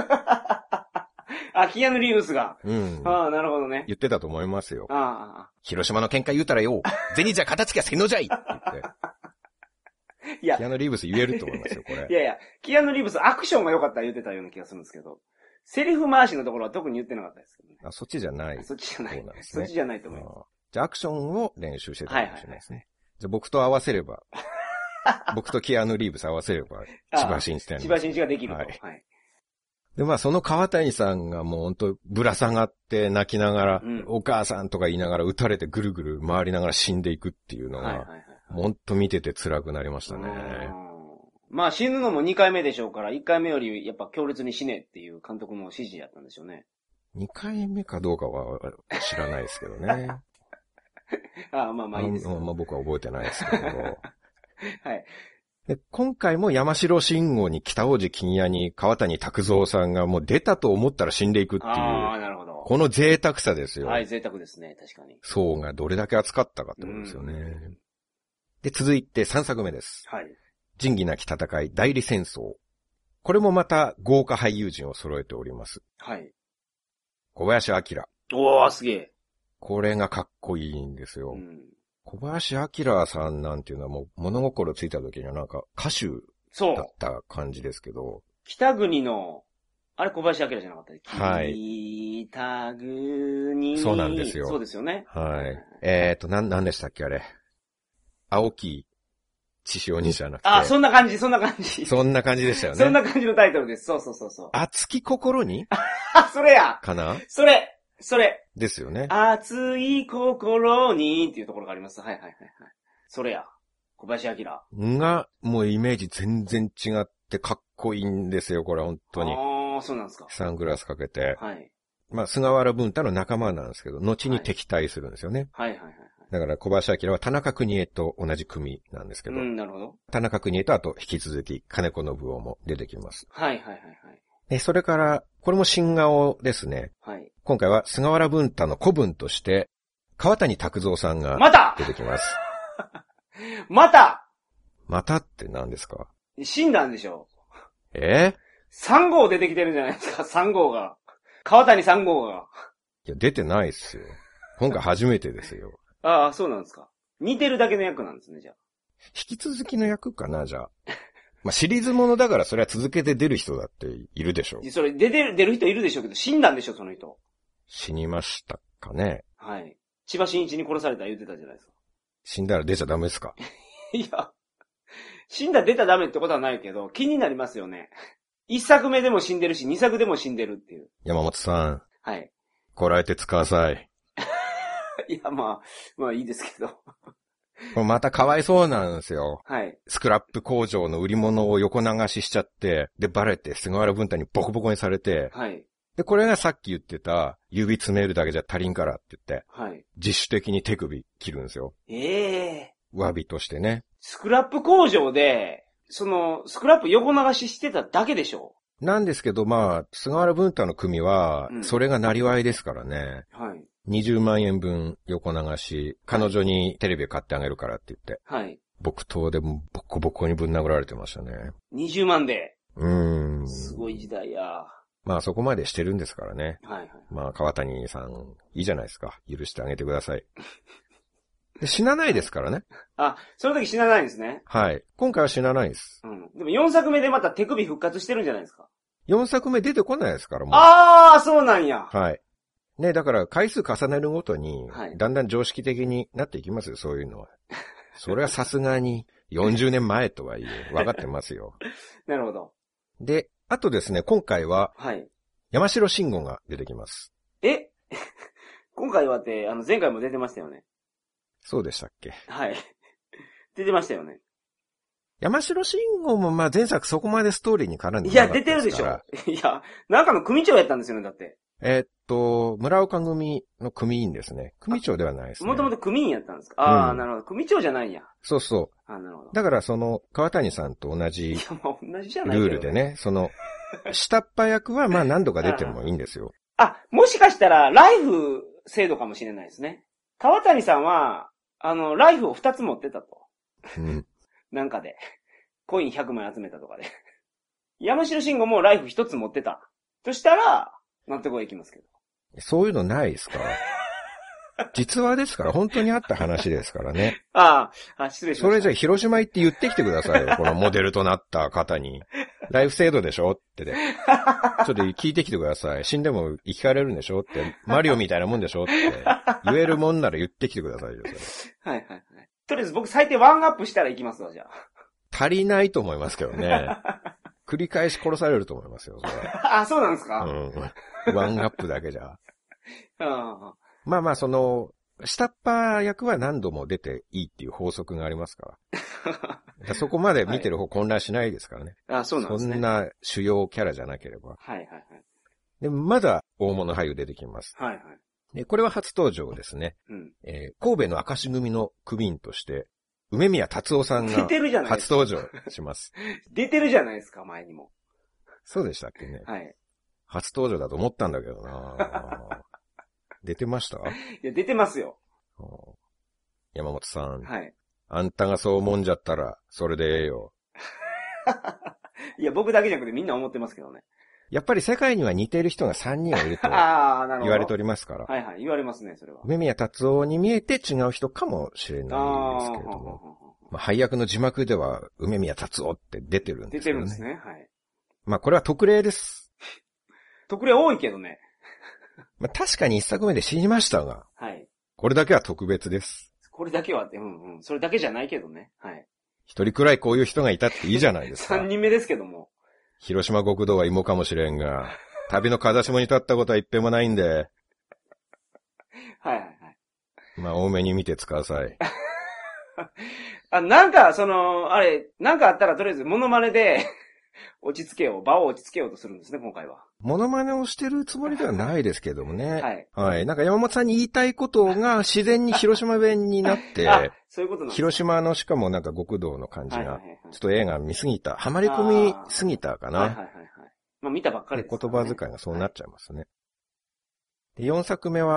あ、キアヌ・リーブスが。 うん。 ああ、なるほどね。 言ってたと思いますよ。 ああ。 広島の喧嘩言うたらよ、銭じゃ片付きゃせんのじゃいって言って。いや。キアヌ・リーブス言えると思いますよ、これ。 いやいや、キアヌ・リーブスアクションが良かったら言ってたような気がするんですけど、セリフ回しのところは特に言ってなかったですけどね。 あ、そっちじゃない。 そっちじゃない。 そうなんですね。 そっちじゃないと思います。 じゃあアクションを練習してたかもしれないですね。はいはいはい、じゃあ僕と合わせれば、僕とキアヌ・リーブス合わせれば、千葉真一店。 千葉真一ができると。はい。はい、 で、まあその川谷さんがもう本当ぶら下がって泣きながら、うん、お母さんとか言いながら撃たれてぐるぐる回りながら死んでいくっていうのが、はいはいはいはい、もう本当見てて辛くなりましたね。 まあ死ぬのもにかいめでしょうから、いっかいめよりやっぱ強烈に死ねっていう監督の指示やったんでしょうね。 にかいめかどうかは知らないですけどね。 ああ、まあまあいいです。 あまあ僕は覚えてないですけど。 はい。 で、今回も山城慎吾に北大路欣也に川谷拓三さんがもう出たと思ったら死んでいくっていう。 ああ、なるほど。 この贅沢さですよ。 はい、贅沢ですね、確かに。 層がどれだけ厚かったかってことですよね。で、続いてさんさくめです。 はい。 仁義なき戦い、代理戦争。これもまた豪華俳優陣を揃えております。 はい。 小林明。 おー、すげえ。 これがかっこいいんですよ。うん、小林明さんなんていうのはもう物心ついた時にはなんか歌手だった感じですけど。 北国の、あれ小林明じゃなかったっけ？ はい。 北国。 そうなんですよ。 そうですよね。 はい。えーと、なん、なんでしたっけあれ。青木千潮にじゃなくて。 あ、そんな感じ、そんな感じ。 そんな感じでしたよね。 そんな感じのタイトルです。そうそうそうそう。 熱き心にあ、それやかなそれそれですよね。 熱い心にっていうところがあります。はいはいはいはい。それや。小林明。 が、もうイメージ全然違ってかっこいいんですよ、これ本当に。 ああ、そうなんですか。 サングラスかけて。 はい。 まあ、菅原文太の仲間なんですけど、後に敵対するんですよね。 はい、はい、はいはい。 だから小林明は田中邦衛と同じ組なんですけど。 うん、なるほど。 田中邦衛とあと引き続き金子信夫も出てきます。 はい、はい、はいはい。 で、それから、これも新顔ですね。 はい。 今回は菅原文太の子分として、 川谷拓三さんがまた出てきます。 またまたって何ですか？ 死んだんでしょ？ えー、 さん号出てきてるんじゃないですか、さん号が。川谷さん号が。 いや、出てないっすよ。今回初めてですよ。 ああ、そうなんですか。似てるだけの役なんですね、じゃあ。 引き続きの役かな、じゃあ。まあ、シリーズものだからそれは続けて出る人だっているでしょう。 それ出てる、出る人いるでしょうけど、死んだんでしょ、その人。 死にましたかね。 はい。千葉真一に殺された言ってたじゃないですか。 死んだら出ちゃダメですか？ いや、死んだら出たらダメってことはないけど、気になりますよね。一作目でも死んでるし、二作でも死んでるっていう。 山本さん。 はい。 こらえて使わさい。 いや、まあ、まあいいですけど。 これまたかわいそうなんですよ。 はい。 スクラップ工場の売り物を横流ししちゃって、で、バレて菅原文太にボコボコにされて、 はい。 で、これがさっき言ってた、指詰めるだけじゃ足りんからって言って、 はい。 自主的に手首切るんですよ。 ええー。詫びとしてね。 スクラップ工場で、その、スクラップ横流ししてただけでしょ？ なんですけど、まあ、菅原文太の組は、それがなりわいですからね。 うん、はい。 にじゅうまんえんぶん横流し、彼女にテレビを買ってあげるからって言って。 はい。 木刀でもボコボコにぶん殴られてましたね。 にじゅうまんで。 うーん。 すごい時代や。 まあそこまでしてるんですからね。 はいはい。 まあ川谷さん、いいじゃないですか。許してあげてください。で死なないですからね。 あ、その時死なないんですね。 はい。今回は死なないです。 うん。でもよんさくめでまた手首復活してるんじゃないですか。 よんさくめ出てこないですからもう。 ああ、そうなんや。 はい。ね、だから回数重ねるごとに、 はい、 だんだん常識的になっていきますよ、そういうのは。それはさすがによんじゅうねんまえとはいえ、分かってますよ。 なるほど。 で、あとですね、今回は、 はい。 山城慎吾が出てきます。 え今回はって、あの、前回も出てましたよね。 そうでしたっけ？ はい。出てましたよね。 山城慎吾もまあ前作そこまでストーリーに絡んでなかったですから。 いや、出てるでしょ。いや、なんかの組長やったんですよね、だって。 えー、っと、村岡組の組員ですね。組長ではないですね。 もともと組員やったんですか？ああ、うん、なるほど。組長じゃないんや。 そうそう。 あなるほど。 だからその、川谷さんと同じ、 いや、まあ同じじゃないルールでね、その、下っ端役はまあ何度か出てもいいんですよ。 あ、もしかしたら、ライフ制度かもしれないですね。川谷さんは、あの、ライフをふたつ持ってたと。 うん。 なんかで。コインひゃくまい集めたとかで。山城慎吾もライフひとつ持ってた。としたら、納得はいきますけど。 そういうのないですか？実話ですから、本当にあった話ですからね。 ああ、あ、失礼しました。 それじゃあ広島行って言ってきてくださいよ。このモデルとなった方に。ライフ制度でしょってで。ちょっと聞いてきてください。死んでも生き返れるんでしょって。マリオみたいなもんでしょって。言えるもんなら言ってきてくださいよ。それはいはいはい。とりあえず僕最低ワンアップしたら行きますわ、じゃあ。 足りないと思いますけどね。繰り返し殺されると思いますよ、それ。 あ、そうなんですか？ うん。ワンアップだけじゃ。 あまあまあ、その、下っ端役は何度も出ていいっていう法則がありますから。らそこまで見てる方混乱しないですからね。 はい、あ、そうなんですね。 そんな主要キャラじゃなければ。 はいはいはい。 で、まだ大物俳優出てきます。 はいはい。 で、これは初登場ですね。 うん。 えー、神戸の明石組の組員として、梅宮達夫さんが初登場します。 出てるじゃないですか、前にも。 そうでしたっけね。 はい。 初登場だと思ったんだけどな出てました？ いや、出てますよ。 山本さん。 はい。 あんたがそう思んじゃったら、それでええよ。 いや、僕だけじゃなくてみんな思ってますけどね。 やっぱり世界には似ている人がさんにんいると言われておりますから。 はいはい、言われますね、それは。 梅宮達夫に見えて違う人かもしれないですけれども。まあ、配役の字幕では梅宮達夫って出てるんですけどね。 出てるんですね、はい。 まあこれは特例です。 特例多いけどね。 まあ確かに一作目で死にましたが。 はい。 これだけは特別です。 これだけはって、うんうん。それだけじゃないけどね。はい。 一人くらいこういう人がいたっていいじゃないですか。 三人目ですけども。 広島極道は芋かもしれんが、旅の風下に立ったことは一遍もないんで。はいはいはい。 まあ多めに見てください。 あ、なんか、その、あれ、なんかあったらとりあえずモノマネで落ち着けよう、場を落ち着けようとするんですね、今回は。 モノマネをしてるつもりではないですけどもね。 はい。 はい。なんか山本さんに言いたいことが自然に広島弁になって、 あ、そういうことなんです。 広島のしかもなんか極道の感じが、ちょっと映画見すぎた、ハマり込みすぎたかな。 はいはいはいはい。まあ見たばっかりですからね。言葉遣いがそうなっちゃいますね。で、よんさくめは、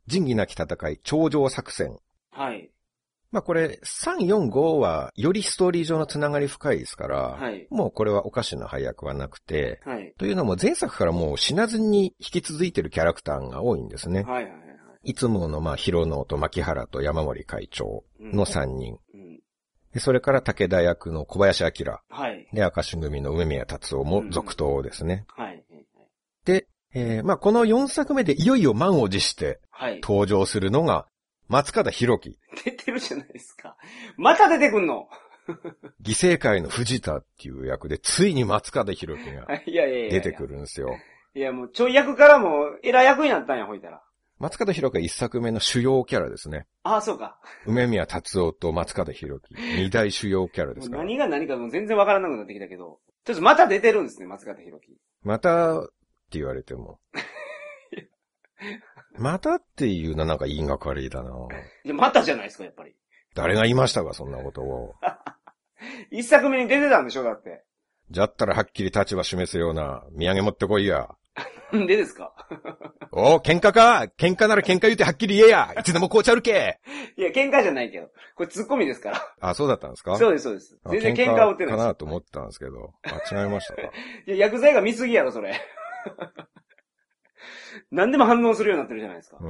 仁義なき戦い、頂上作戦。 はい。 まあこれ、さん、よん、ごは、よりストーリー上のつながり深いですから、はい、もうこれはおかしな配役はなくて、はい、というのも前作からもう死なずに引き続いてるキャラクターが多いんですね。はいはいはい、いつものまあ、広野と牧原と山森会長のさんにん。うんうん、でそれから武田役の小林明。はい、で、明石組の梅宮達夫も続投ですね。うんうんはい、で、えー、まあこのよんさくめでいよいよ満を持して登場するのが、松方弘樹。 出てるじゃないですか。また出てくんの犠牲会の藤田っていう役で、ついに松方弘樹が出てくるんですよ。 いやもうちょい役からも偉役になったんや、ほいたら。 松方弘樹は一作目の主要キャラですね。 ああ、そうか。 梅宮達夫と松方弘樹。二大主要キャラですから。 何が何かもう全然わからなくなってきたけど。とりあえずまた出てるんですね、松方弘樹。 またって言われても。またっていうのはなんか言いがかりだな。 いや、またじゃないですか、やっぱり。 誰が言いましたか、そんなことを。 一作目に出てたんでしょ、だって。 じゃったらはっきり立場示すような土産持ってこいや。 んでですかおう、喧嘩か喧嘩なら喧嘩言うてはっきり言えやいつでもこうちゃるけいや、喧嘩じゃないけど。これツッコミですから。 あ、そうだったんですかそうです、そうです。全然喧嘩を打ってないです。 かなと思ったんですけど。あ、違いましたか。いや、薬剤が見すぎやろ、それ。何でも反応するようになってるじゃないですか。 うん。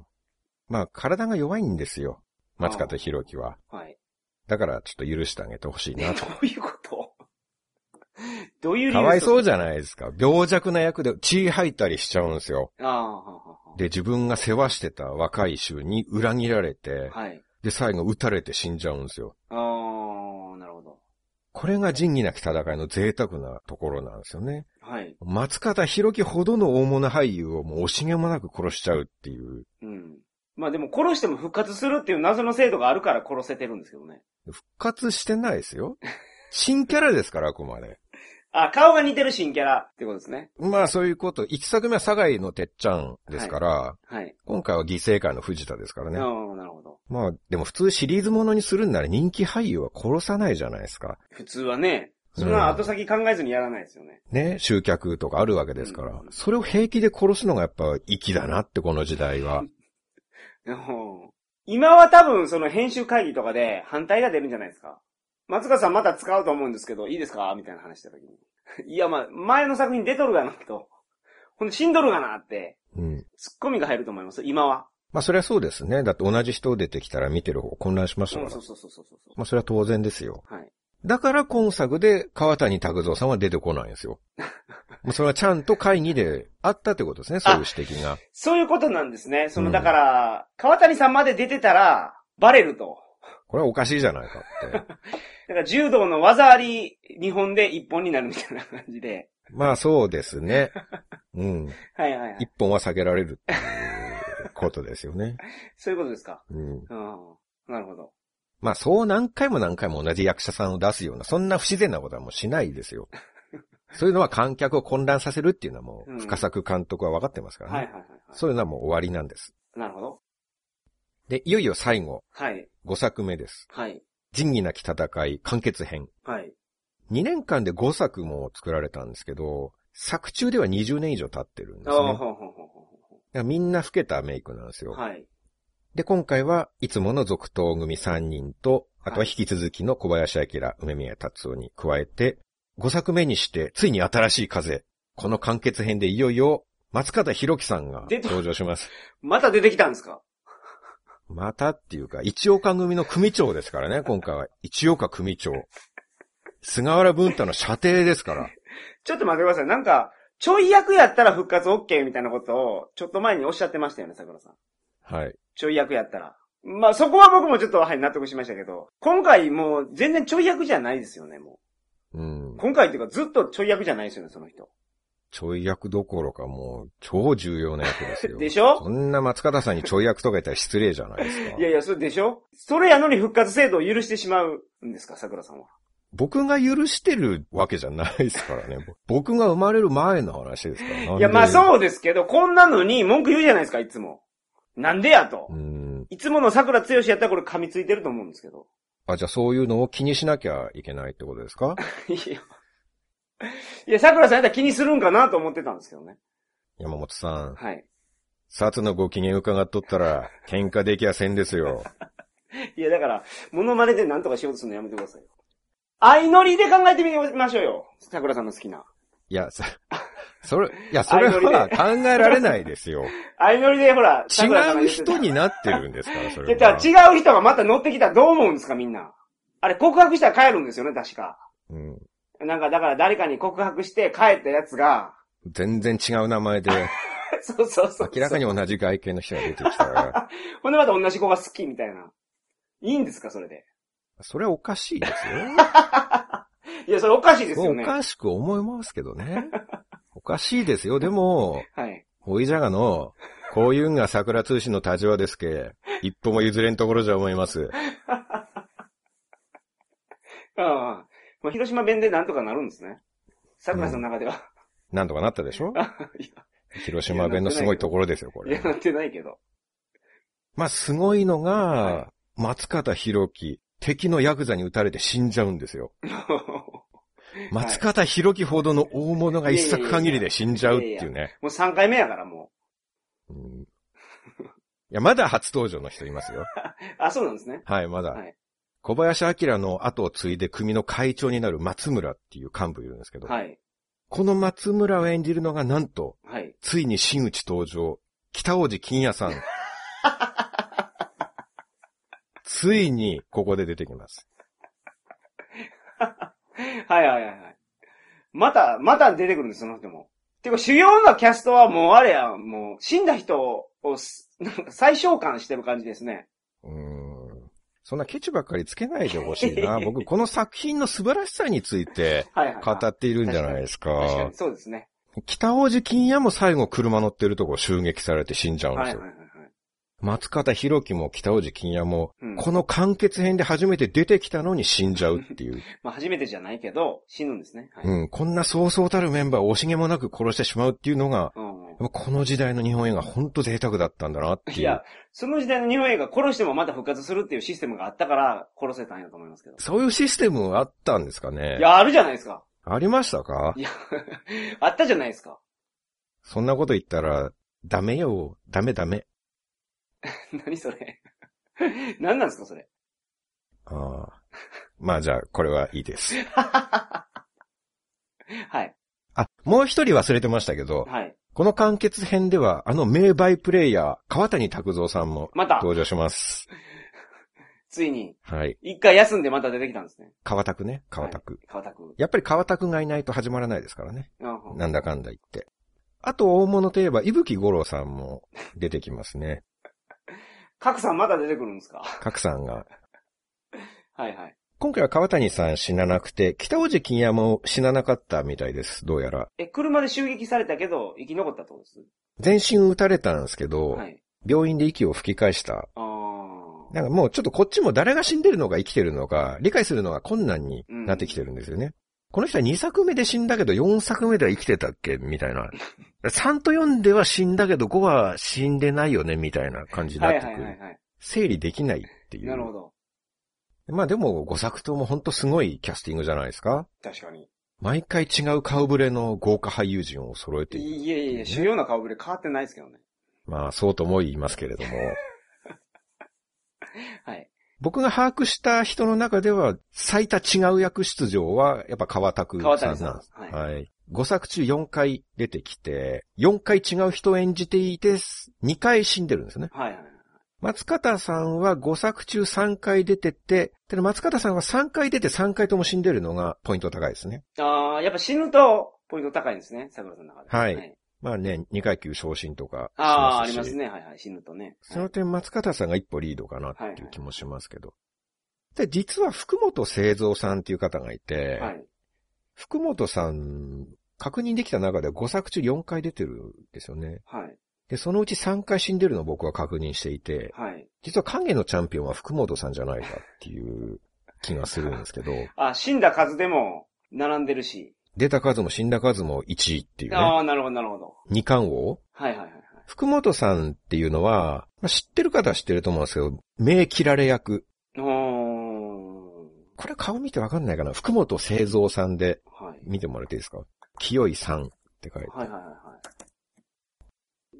まあ、体が弱いんですよ。松方弘樹は。はい。だから、ちょっと許してあげてほしいなと。 どういうことどういう理由かわいそうじゃないですか。病弱な役で血吐いたりしちゃうんですよ。ああ。で、自分が世話してた若い衆に裏切られて、はい。で、最後撃たれて死んじゃうんですよ。 ああ、なるほど。 これが仁義なき戦いの贅沢なところなんですよね。はい。松方弘樹ほどの大物俳優をもう惜しげもなく殺しちゃうっていう。 うん。まあでも殺しても復活するっていう謎の制度があるから殺せてるんですけどね。 復活してないですよ。新キャラですから、あくまで。 あ、顔が似てる新キャラってことですね。 まあそういうこと。一作目は佐賀のてっちゃんですから、はい。はい、今回は犠牲会の藤田ですからね。ああ、なるほど。まあでも普通シリーズものにするんなら人気俳優は殺さないじゃないですか。 普通はね。それは後先考えずにやらないですよね。 うん、ね、集客とかあるわけですから、うん、それを平気で殺すのがやっぱ粋だなってこの時代は。 今は多分その編集会議とかで反対が出るんじゃないですか。松川さんまた使うと思うんですけど、いいですかみたいな話した時に。いやまあ、前の作品出とるがなと。ほんと死んどるがなって。うん。ツッコミが入ると思います、今は。 まあそれはそうですね。だって同じ人出てきたら見てる方混乱しましたから。うん、そうそうそうそうそう。まあそれは当然ですよ。はい。だから今作で川谷拓三さんは出てこないんですよ。もうそれはちゃんと会議であったってことですね、そういう指摘が。 そういうことなんですね。その、だから、うん、川谷さんまで出てたら、バレると。 これはおかしいじゃないかって。 だから柔道の技あり日本で一本になるみたいな感じで。 まあそうですね。うん。 はいはいはい。 一本は下げられるっていうことですよね。 そういうことですか。うん。ああ、なるほど。 まあそう何回も何回も同じ役者さんを出すような、そんな不自然なことはもうしないですよ。そういうのは観客を混乱させるっていうのはもう、深作監督は分かってますからね。はいはいはい、はい。そういうのはもう終わりなんです。 なるほど。 で、いよいよ最後。はい。ごさくめです。はい。仁義なき戦い完結編。はい。にねんかんでごさくも作られたんですけど、作中ではにじゅうねん以上経ってるんですね。ああ、ほうほうほうほう。みんな老けたメイクなんですよ。はい。で、今回はいつもの続投組さんにんと、あとは引き続きの小林明、梅宮達夫に加えて、ごさくめにして、ついに新しい風。この完結編でいよいよ、松方弘樹さんが登場します。 また出てきたんですか？ またっていうか、一岡組の組長ですからね、今回は。一岡組長。菅原文太の舎弟ですから。 ちょっと待ってください。なんか、ちょい役やったら復活 OK みたいなことを、ちょっと前におっしゃってましたよね、桜さん。はい。ちょい役やったら。まあ、そこは僕もちょっと、はい、納得しましたけど、今回もう全然ちょい役じゃないですよね、もう。うん。今回っていうかずっとちょい役じゃないですよね、その人。 ちょい役どころかもう超重要な役ですよ。 でしょ？ そんな松方さんにちょい役とか言ったら失礼じゃないですか。 いやいや、それでしょ？それやのに復活制度を許してしまうんですか、桜さんは。 僕が許してるわけじゃないですからね。僕が生まれる前の話ですから。 いや、まあそうですけど、こんなのに文句言うじゃないですか、いつも。なんでやと。うん。いつもの桜剛やったらこれ噛みついてると思うんですけど。 あ、じゃあそういうのを気にしなきゃいけないってことですか？いや。 いや、桜さんやったら気にするんかなと思ってたんですけどね。 山本さん。はい。 薩のご機嫌伺っとったら、喧嘩できやせんですよ。 いや、だから、モノマネでなんとかしようとするのやめてくださいよ。相乗りで考えてみましょうよ。桜さんの好きな。 いや、さ、それ、いや、それは考えられないですよ。 相乗りでほら、 違う人になってるんですから、それは。 だから違う人がまた乗ってきたらどう思うんですか、みんな。あれ、告白したら帰るんですよね、確か。うん。なんか、だから誰かに告白して帰ったやつが。 全然違う名前で。 そうそうそう。 明らかに同じ外見の人が出てきたら。 ほんでまた同じ子が好きみたいな。いいんですか、それで。 それはおかしいですよ。 いや、それおかしいですよね。 おかしく思いますけどね。おかしいですよ。でも、はい。おいじゃがの、こういうんが桜通信の立場ですけ、一歩も譲れんところじゃ思います。 ああ。まあ、広島弁でなんとかなるんですね。桜さんの中では。 うん、なんとかなったでしょ広島弁のすごいところですよ、これ。 いや、なってないけど。 まあ、すごいのが、はい、松方弘樹、敵のヤクザに撃たれて死んじゃうんですよ。松方弘樹ほどの大物が一作限りで死んじゃうっていうね。いやいやいやもうさんかいめやからもう。うん、いや、まだ初登場の人いますよ。 あ、そうなんですね。 はい、まだ。はい、小林明の後を継いで組の会長になる松村っていう幹部いるんですけど。はい。この松村を演じるのがなんと、はい、ついに真打ち登場、北大路欣也さん。ついにここで出てきます。 はいはいはいはい。また、また出てくるんです、その人も。てか、主要なキャストはもうあれや、もう死んだ人を、なんか再召喚してる感じですね。 うーん。そんなケチばっかりつけないでほしいな。僕、この作品の素晴らしさについて語っているんじゃないですか。 はいはいはい、確かに、確かにそうですね。 北大路欣也も最後車乗ってるとこ襲撃されて死んじゃうんですよ。はいはいはいはい、松方弘樹も北大路欣也も、うん、この完結編で初めて出てきたのに死んじゃうっていう。 まあ初めてじゃないけど、死ぬんですね。 はい、うん。こんなそうそうたるメンバーを惜しげもなく殺してしまうっていうのが、うんうん、この時代の日本映画ほんと贅沢だったんだなっていう。いや、 その時代の日本映画殺してもまた復活するっていうシステムがあったから殺せたんやと思いますけど。 そういうシステムがあったんですかね。 いや、あるじゃないですか。 ありましたか？ いや、あったじゃないですか。 そんなこと言ったら、ダメよ、ダメダメ。 何それ何なんですかそれ。 ああ。まあじゃあ、これはいいです。 はい。 あ、もう一人忘れてましたけど、はい。この完結編では、あの名バイプレイヤー、川谷拓三さんも登場します。まついに。 はい。 一回休んでまた出てきたんですね。 川拓ね、川拓、はい。 川拓。 やっぱり川拓がいないと始まらないですからね。なんだかんだ言って。あと大物といえば、伊吹五郎さんも出てきますね。 角さんまだ出てくるんですか？ 角さんが。 はいはい。 今回は川谷さん死ななくて、北大路欣也も死ななかったみたいです、どうやら。 え、車で襲撃されたけど、生き残ったってことです？ 全身撃たれたんですけど、はい、病院で息を吹き返した。あなんかもうちょっとこっちも誰が死んでるのか生きてるのか、理解するのが困難になってきてるんですよね。うん、この人はにさくめで死んだけどよんさくめでは生きてたっけみたいな。さんとよんでは死んだけどごは死んでないよねみたいな感じになってくる。はいはいはいはい、整理できないっていう。 なるほど。 まあでもごさくともほんとすごいキャスティングじゃないですか。 確かに。 毎回違う顔ぶれの豪華俳優陣を揃えている、ね。 いやいや、主要な顔ぶれ変わってないですけどね。 まあそうとも言いますけれども。 はい。 僕が把握した人の中では、最多違う役出場は、やっぱ川拓さんなんです。はい。はい、ごさく中よんかい出てきて、よんかい違う人を演じていて、にかい死んでるんですね。はいはい。松方さんはごさく中さんかい出てて、で松方さんはさんかい出てさんかいとも死んでるのがポイント高いですね。 ああ、やっぱ死ぬとポイント高いんですね、桜さんの中で。 はい。はい、まあね、にかい級昇進とかしますし。 ああ、ありますね。はいはい。死ぬとね。 その点、松方さんが一歩リードかなっていう気もしますけど。はいはい、で、実は福本清三さんっていう方がいて、はい、福本さん、確認できた中ではごさく中よんかい出てるんですよね。はい。で、そのうちさんかい死んでるのを僕は確認していて、はい。実は影のチャンピオンは福本さんじゃないかっていう気がするんですけど。 あ、死んだ数でも並んでるし。 出た数も死んだ数もいちいっていうね。 ああ、なるほど、なるほど。 二冠王？ はいはいはい。 福本さんっていうのは、まあ、知ってる方は知ってると思うんですけど、名切られ役。おー。これ顔見てわかんないかな？福本清三さんで見てもらっていいですか？はい、清いさんって書いて。はいはいはい。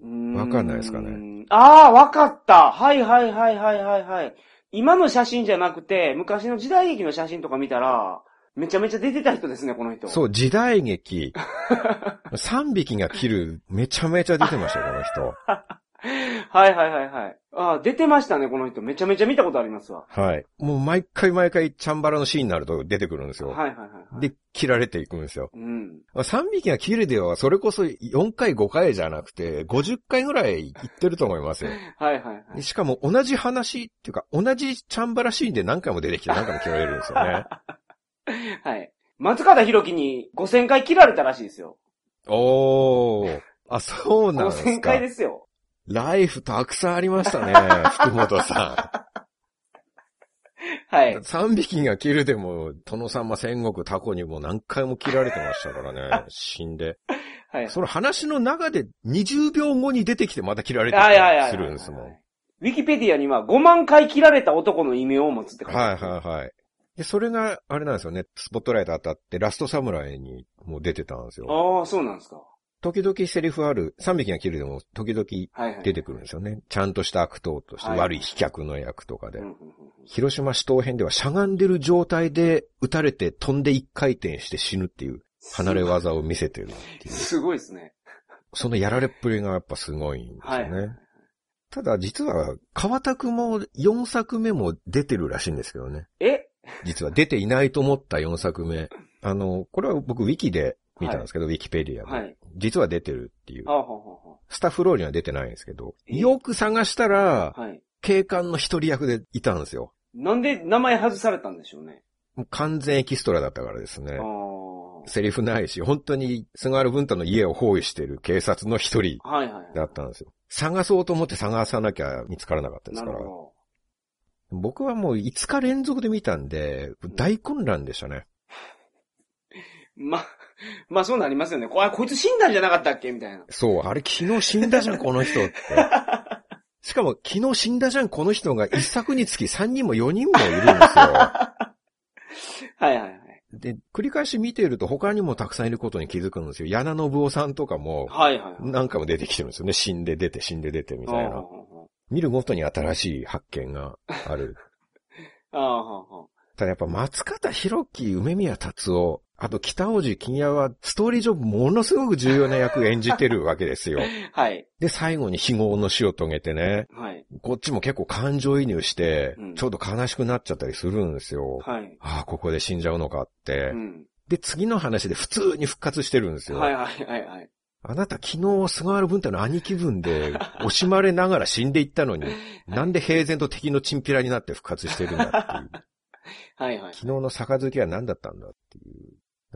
わかんないですかね。 ああ、わかった。はいはいはいはいはいはい。今の写真じゃなくて、昔の時代劇の写真とか見たら、めちゃめちゃ出てた人ですね、この人。 そう、時代劇。さんびきが切る、めちゃめちゃ出てましたよ、この人。 はいはいはいはい。ああ、出てましたね、この人。めちゃめちゃ見たことありますわ。 はい。もう毎回毎回チャンバラのシーンになると出てくるんですよ。 はいはいはい、はい。 で、切られていくんですよ。 うん。 さんびきが切るでは、それこそよんかいごかいじゃなくて、ごじゅっかいぐらい言ってると思いますよ。 はいはいはい。 しかも同じ話っていうか、同じチャンバラシーンで何回も出てきて何回も切られるんですよね。 はい。松方弘樹にごせんかい切られたらしいですよ。 おー。あ、そうなんですか。 ごせんかいですよ。 ライフたくさんありましたね、福本さん。 はい。 さんびきが切るでも、殿様戦国タコにも何回も切られてましたからね、死んで。はい。その話の中でにじゅうびょうごに出てきてまた切られてたりするんですもん。 ウィキペディアにはごまんかい切られた男の異名を持つって書いてある。 はいはいはい。で、それが、あれなんですよね、スポットライト当たって、ラストサムライにもう出てたんですよ。 ああ、そうなんですか。 時々セリフある、さんびきが切るでも時々出てくるんですよね。はいはい、ちゃんとした悪党として悪い飛脚の役とかで。はいはい、広島市東編ではしゃがんでる状態で撃たれて飛んで一回転して死ぬっていう離れ技を見せてるっていう。 すごいですね。 そのやられっぷりがやっぱすごいんですよね。はい、ただ実は川田くんもよんさくめも出てるらしいんですけどね。 え実は出ていないと思ったよんさくめ。あの、これは僕ウィキで見たんですけど、はい、ウィキペディアで、はい。実は出てるっていう。スタッフロールには出てないんですけど、よく探したら、はい、警官の一人役でいたんですよ。 なんで名前外されたんでしょうね。 もう完全エキストラだったからですね。セリフないし、本当に菅原文太の家を包囲している警察の一人だったんですよ。探そうと思って探さなきゃ見つからなかったですから。僕はもういつか連続で見たんで、大混乱でしたね。 ま、まあそうなりますよね。こ、あ、こいつ死んだんじゃなかったっけみたいな。 そう、あれ昨日死んだじゃん、この人って。しかも昨日死んだじゃん、この人が一作につきさんにんもよにんもいるんですよ。 はいはいはい。 で、繰り返し見ていると他にもたくさんいることに気づくんですよ。柳信夫さんとかも、はいはい、はい。何回も出てきてるんですよね。死んで出て、死んで出てみたいな。見るごとに新しい発見がある。ああははただやっぱ松方弘樹、梅宮達夫、あと北大路欣也はストーリー上ものすごく重要な役演じてるわけですよ。はい。で、最後に非業の死を遂げてね。はい。こっちも結構感情移入して、うん、ちょっと悲しくなっちゃったりするんですよ。はい。ああ、ここで死んじゃうのかって。うん。で、次の話で普通に復活してるんですよ。はいはいはいはい。あなた昨日菅原文太の兄貴分で惜しまれながら死んでいったのに、なんで平然と敵のチンピラになって復活してるんだっていう。はいはい。昨日の杯は何だったんだっていう。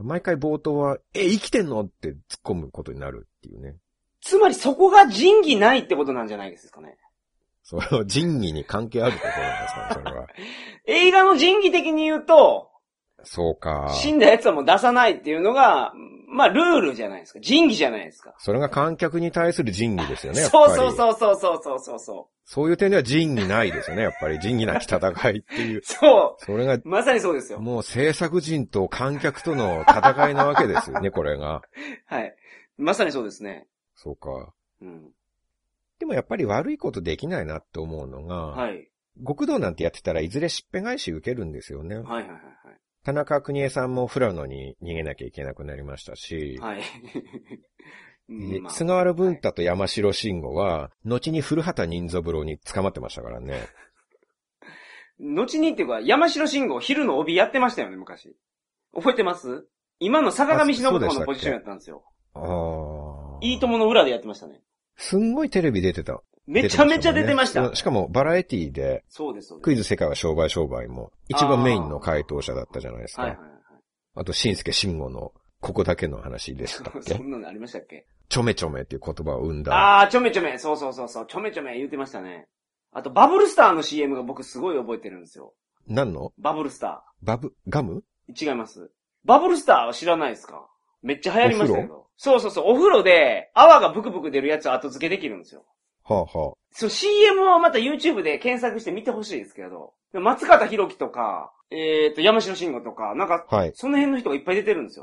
毎回冒頭は、え、生きてんのって突っ込むことになるっていうね。 つまりそこが仁義ないってことなんじゃないですかね。 その仁義に関係あるところなんですかね、それは。 映画の仁義的に言うと、 そうか。 死んだ奴はもう出さないっていうのが、まあルールじゃないですか。仁義じゃないですか。 それが観客に対する仁義ですよね、やっぱり。そうそうそうそうそうそうそう。 そういう点では仁義ないですよね、やっぱり。仁義なき戦いっていう。 そう。 それが。 まさにそうですよ。 もう制作陣と観客との戦いなわけですよね、これが。 はい。まさにそうですね。 そうか。うん。でもやっぱり悪いことできないなって思うのが、はい。極道なんてやってたらいずれしっぺ返し受けるんですよね。はいはいはい、はい。田中邦衛さんも富良野に逃げなきゃいけなくなりましたし、はい。うんまあ、菅原文太と山城慎吾は、後に古畑任三郎に捕まってましたからね。 後にっていうか、山城慎吾昼の帯やってましたよね、昔。覚えてます？今の坂上忍子のポジションやったんですよ。ああ。いいともの裏でやってましたね。 すんごいテレビ出てた。 めちゃめちゃ出てました。 しかもバラエティで、 そうです、そうです。 クイズ世界は商売商売も、一番メインの回答者だったじゃないですか。はいはいはい。あと、新助慎吾の、ここだけの話でしたっけ？ そんなのありましたっけ？ ちょめちょめっていう言葉を生んだ。 ああ、ちょめちょめ。そうそうそうそう。ちょめちょめ言ってましたね。あと、バブルスターの シーエム が僕すごい覚えてるんですよ。 何の？ バブルスター。 バブ、ガム？ 違います。バブルスターは知らないですか？めっちゃ流行りましたけど。そうそうそう。お風呂で泡がブクブク出るやつを後付けできるんですよ。はあはあ。そう、シーエム をまた YouTube で検索して見てほしいですけど、松方弘樹とか、えっと、山城慎吾とか、なんか、はい、その辺の人がいっぱい出てるんですよ。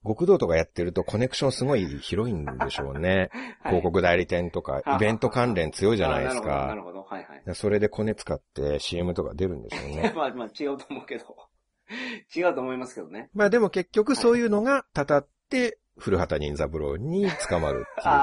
極道とかやってるとコネクションすごい広いんでしょうね。はい、広告代理店とか、イベント関連強いじゃないですか。 なるほど、なるほど。はいはい。 それでコネ使って シーエム とか出るんでしょうね。 まあまあ違うと思うけど。違うと思いますけどね。 まあでも結局そういうのがたたって、古畑任三郎に捕まるっていう。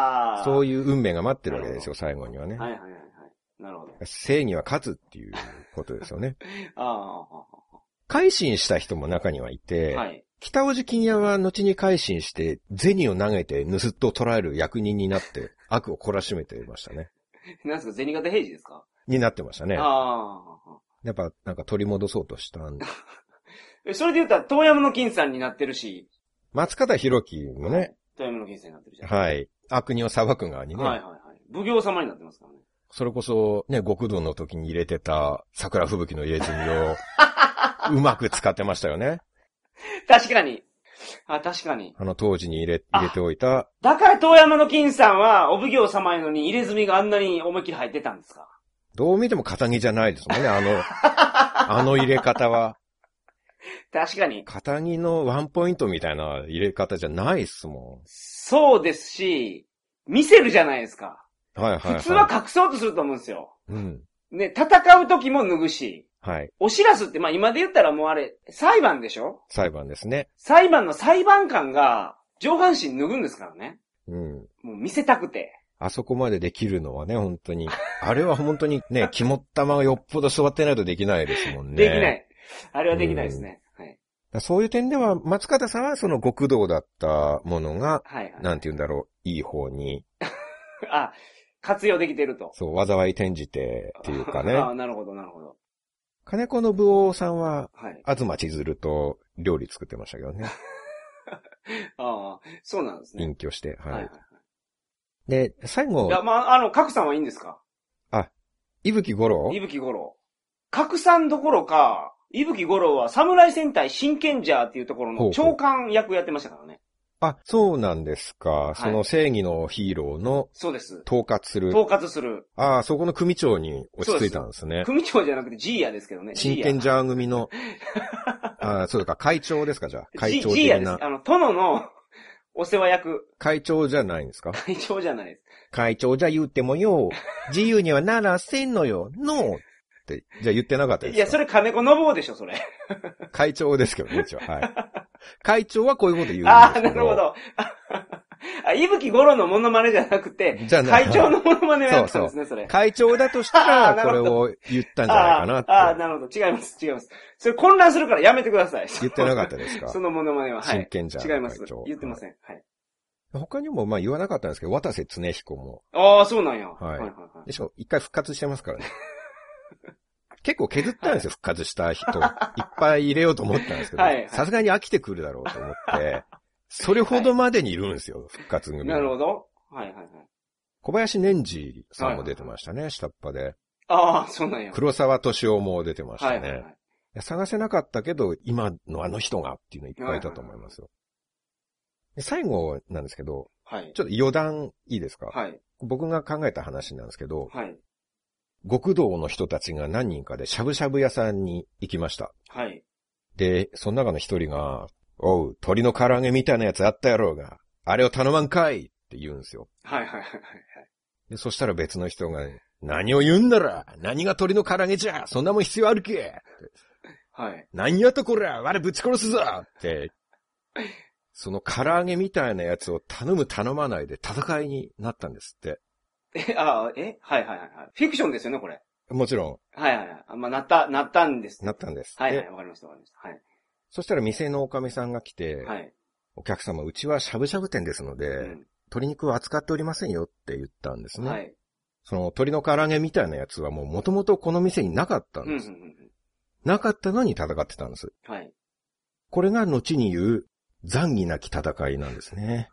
そういう運命が待ってるわけですよ、最後にはね。 はいはいはいはい。なるほど。 正義は勝つっていうことですよね。 ああ。 改心した人も中にはいて、 はい、 北尾路欣也は後に改心して、銭を投げて盗人を捕らえる役人になって、悪を懲らしめてましたね。 なんですか、銭形平次ですか？ になってましたね。 ああ。 やっぱ、なんか取り戻そうとしたんで。 それで言ったら、遠山の金さんになってるし。 松方弘樹もね。はい、 遠山の金さんになってるじゃん。 はい。悪人を裁く側にね。 はいはいはい。奉行様になってますからね。 それこそ、ね、極道の時に入れてた桜吹雪の入れ墨を、うまく使ってましたよね。 確かに。あ、確かに。 あの当時に入れ、入れておいた。 だから遠山の金さんは、お奉行様やのに入れ墨があんなに思いっきり入ってたんですか？ どう見ても堅木じゃないですもんね、あの、あの入れ方は。 確かに。 堅木のワンポイントみたいな入れ方じゃないっすもん。 そうですし、見せるじゃないですか。 はいはいはい。 普通は隠そうとすると思うんですよ。 うん。 ね、戦う時も脱ぐし。 はい。 お知らすって、まあ今で言ったらもうあれ、裁判でしょ？ 裁判ですね。 裁判の裁判官が上半身脱ぐんですからね。 うん。 もう見せたくて。 あそこまでできるのはね、本当に。あれは本当にね、肝っ玉がよっぽど座ってないとできないですもんね。 できない。あれはできないですね。うん、はい。 そういう点では、松方さんはその極道だったものが、はいはい、なんて言うんだろう、いい方に。 あ、活用できてると。 そう、災い転じてっていうかね。 ああ、なるほど、なるほど。 金子信夫さんは、はい、東千鶴と料理作ってましたけどね。 ああ、そうなんですね。 隠居して、はい。はいはいはい、で、最後。 いや、まあ、あの、角さんはいいんですか？ あ、伊吹五郎？ 伊吹五郎。角さんどころか、伊吹五郎は侍戦隊真剣ジャーっていうところの長官役やってましたからね。 あ、そうなんですか。はい、その正義のヒーローの。 そうです。 統括する。 統括する。 ああ、そこの組長に落ち着いたんですね。 組長じゃなくてジーヤですけどね。 真剣ジャー組の。ああ、そうか、会長ですか、じゃあ。会長的な。 ジーヤです。あの、殿のお世話役。 会長じゃないんですか？ 会長じゃないです。 会長じゃ言ってもよ。自由にはならせんのよ。ノー。って、じゃあ言ってなかったですか？ いや、それ金子信夫でしょ、それ。 会長ですけどね、一応。はい。会長はこういうこと言うんですけど。 ああ、なるほど。あ、伊吹五郎のモノマネじゃなくて、じゃ会長のモノマネをやったんですね、それ。 会長だとしたら、これを言ったんじゃないかなって。 ああ、なるほど。違います、違います。それ混乱するからやめてください。 言ってなかったですか？ そのモノマネは。はい。 真剣じゃん。 違います。言ってません。はい。 他にもまあ言わなかったんですけど、渡瀬恒彦も。 ああ、そうなんや。 はい。はいはいはい。でしょ、一回復活してますからね。結構削ったんですよ、復活した人。いっぱい入れようと思ったんですけど、さすがに飽きてくるだろうと思って、それほどまでにいるんですよ、復活組。 なるほど。はいはいはい。 小林年次さんも出てましたね、下っ端で。 ああ、そうなんや。 黒沢敏夫も出てましたね。 はいはいはい、 探せなかったけど、今のあの人がっていうのいっぱいいたと思いますよ。で最後なんですけど、はい、ちょっと余談いいですか？はい。僕が考えた話なんですけど、はい。極道の人たちが何人かでしゃぶしゃぶ屋さんに行きました。はい。で、その中の一人が、おう、鳥の唐揚げみたいなやつあったやろうが、あれを頼まんかいって言うんですよ。はいはいはいはい。で、そしたら別の人が、何を言うんなら、何が鳥の唐揚げじゃ、そんなもん必要あるけって。はい。何やとこら、我ぶち殺すぞって、その唐揚げみたいなやつを頼む頼まないで戦いになったんですって。え、ああ、えはいはいはい。フィクションですよね、これ。もちろん。はいはいはい。まあ、なった、なったんです。なったんです。はいはい、わかりましたわかりました。はい。そしたら店のおかみさんが来て、はい。お客様、うちはしゃぶしゃぶ店ですので、うん、鶏肉を扱っておりませんよって言ったんですね。はい。その鶏の唐揚げみたいなやつはもう元々この店になかったんです。うんうんうん、なかったのに戦ってたんです。はい。これが後に言う残儀なき戦いなんですね。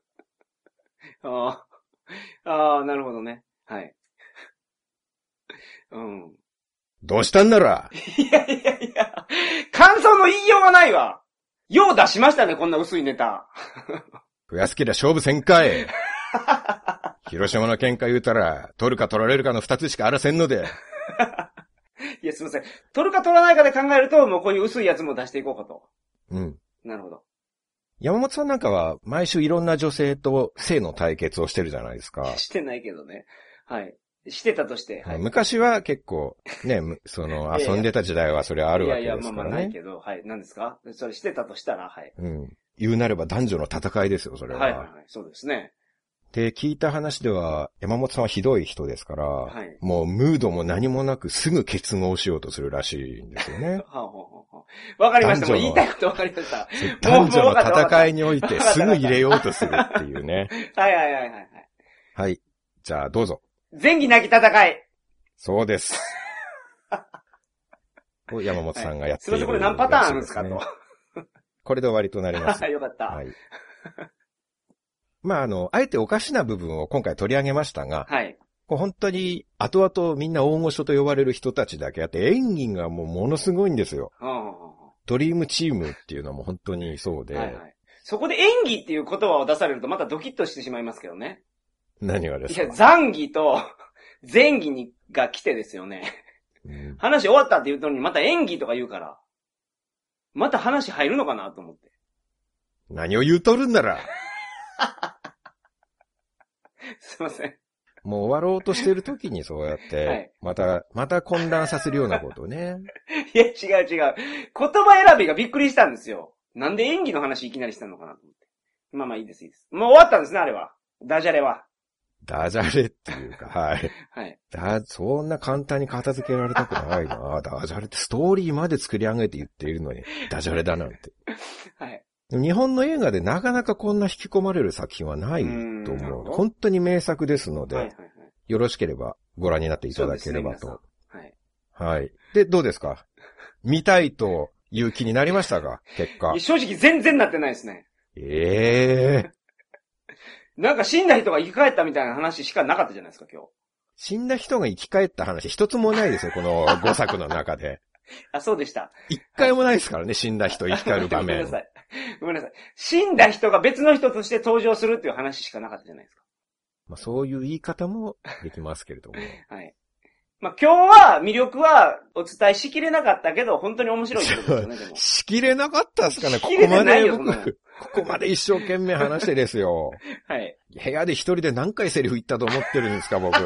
ああ。ああ、なるほどね。はい。うん。どうしたんならいやいやいや、感想の言いようがないわ。よう出しましたね、こんな薄いネタ。増やす気で勝負せんかい。広島の喧嘩言うたら、取るか取られるかの二つしかあらせんので。いや、すいません。取るか取らないかで考えると、もうこういう薄いやつも出していこうかと。うん。なるほど。 山本さんなんかは毎週いろんな女性と性の対決をしてるじゃないですか。 してないけどね。はい。してたとして。 はい、昔は結構、ね、その、遊んでた時代はそれはあるわけですからね。いやいや、まあまあないけど、はい。何ですか？それしてたとしたら、はい。 うん。言うなれば男女の戦いですよ、それは。 はいはいはい。そうですね。 で、聞いた話では、山本さんはひどい人ですから、はい、もうムードも何もなくすぐ結合しようとするらしいんですよね。はあはあはあ、わかりました。もう言いたいことわかりました。 男女の戦いにおいてすぐ入れようとするっていうね。 はいはいはいはい。 はい。じゃあどうぞ。 前儀なき戦い。 そうです。山本さんがやっている、はい。すいません、 これ何パターンあるんですかと。 これで終わりとなります。 よかった。 はい。まあ、あの、あえておかしな部分を今回取り上げましたが、はい。こう本当に、後々みんな大御所と呼ばれる人たちだけあって、演技がもうものすごいんですよ。ドリームチームっていうのも本当にそうで。はいはい。 そこで演技っていう言葉を出されるとまたドキッとしてしまいますけどね。 何がですか？ いや、残儀と前儀にが来てですよね。うん、話終わったって言うとにまた演技とか言うから、また話入るのかなと思って。 何を言うとるんなら。 すいません。 もう終わろうとしてる時にそうやって、はい、また、また混乱させるようなことね。 いや、違う違う。言葉選びがびっくりしたんですよ。なんで演技の話いきなりしたのかなと思って。まあまあいいです、いいです。もう終わったんですね、あれは。ダジャレは。 ダジャレっていうか、はい。はい。だ、そんな簡単に片付けられたくないな。ダジャレってストーリーまで作り上げて言っているのに、ダジャレだなんて。はい。日本の映画でなかなかこんな引き込まれる作品はないと思う。本当に名作ですので、はいはいはい、よろしければご覧になっていただければと。ね、はい。はい。で、どうですか？見たいという気になりましたか？結果。 正直全然なってないですね。 ええー。 なんか死んだ人が生き返ったみたいな話しかなかったじゃないですか、今日。 死んだ人が生き返った話一つもないですよ、このごさくの中で。 あ、そうでした。 一回もないですからね、死んだ人生き返る場面。 ごめんなさい。ごめんなさい。死んだ人が別の人として登場するっていう話しかなかったじゃないですか。 まあそういう言い方もできますけれども。 はい。まあ今日は魅力はお伝えしきれなかったけど、本当に面白いってことですよね、でも。 しきれなかったですかね、ここまで僕、ここまで一生懸命話してですよ。はい。部屋で一人で何回セリフ言ったと思ってるんですか、僕。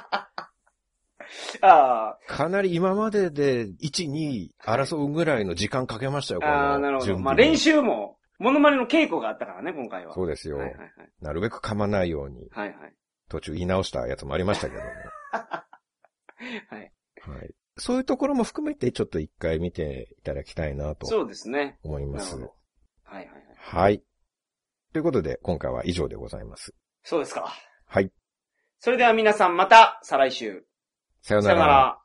ああ。かなり今まででいち、に争うぐらいの時間かけましたよ、このああ、なるほど。まあ練習も、モノマネの稽古があったからね、今回は。 そうですよ。はいはいはい、なるべく噛まないように。はいはい。途中言い直したやつもありましたけども。はい。はい。そういうところも含めてちょっと一回見ていただきたいなと。 そうですね。 思います。 はいはいはい。 はい。ということで、今回は以上でございます。 そうですか。 はい。 それでは皆さんまた、再来週。 さよなら。さよなら。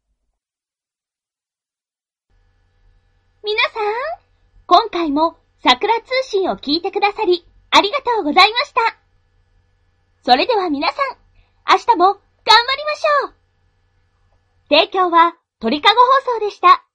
皆さん、今回も桜通信を聞いてくださり、ありがとうございました。それでは皆さん、明日も頑張りましょう。提供は鳥かご放送でした。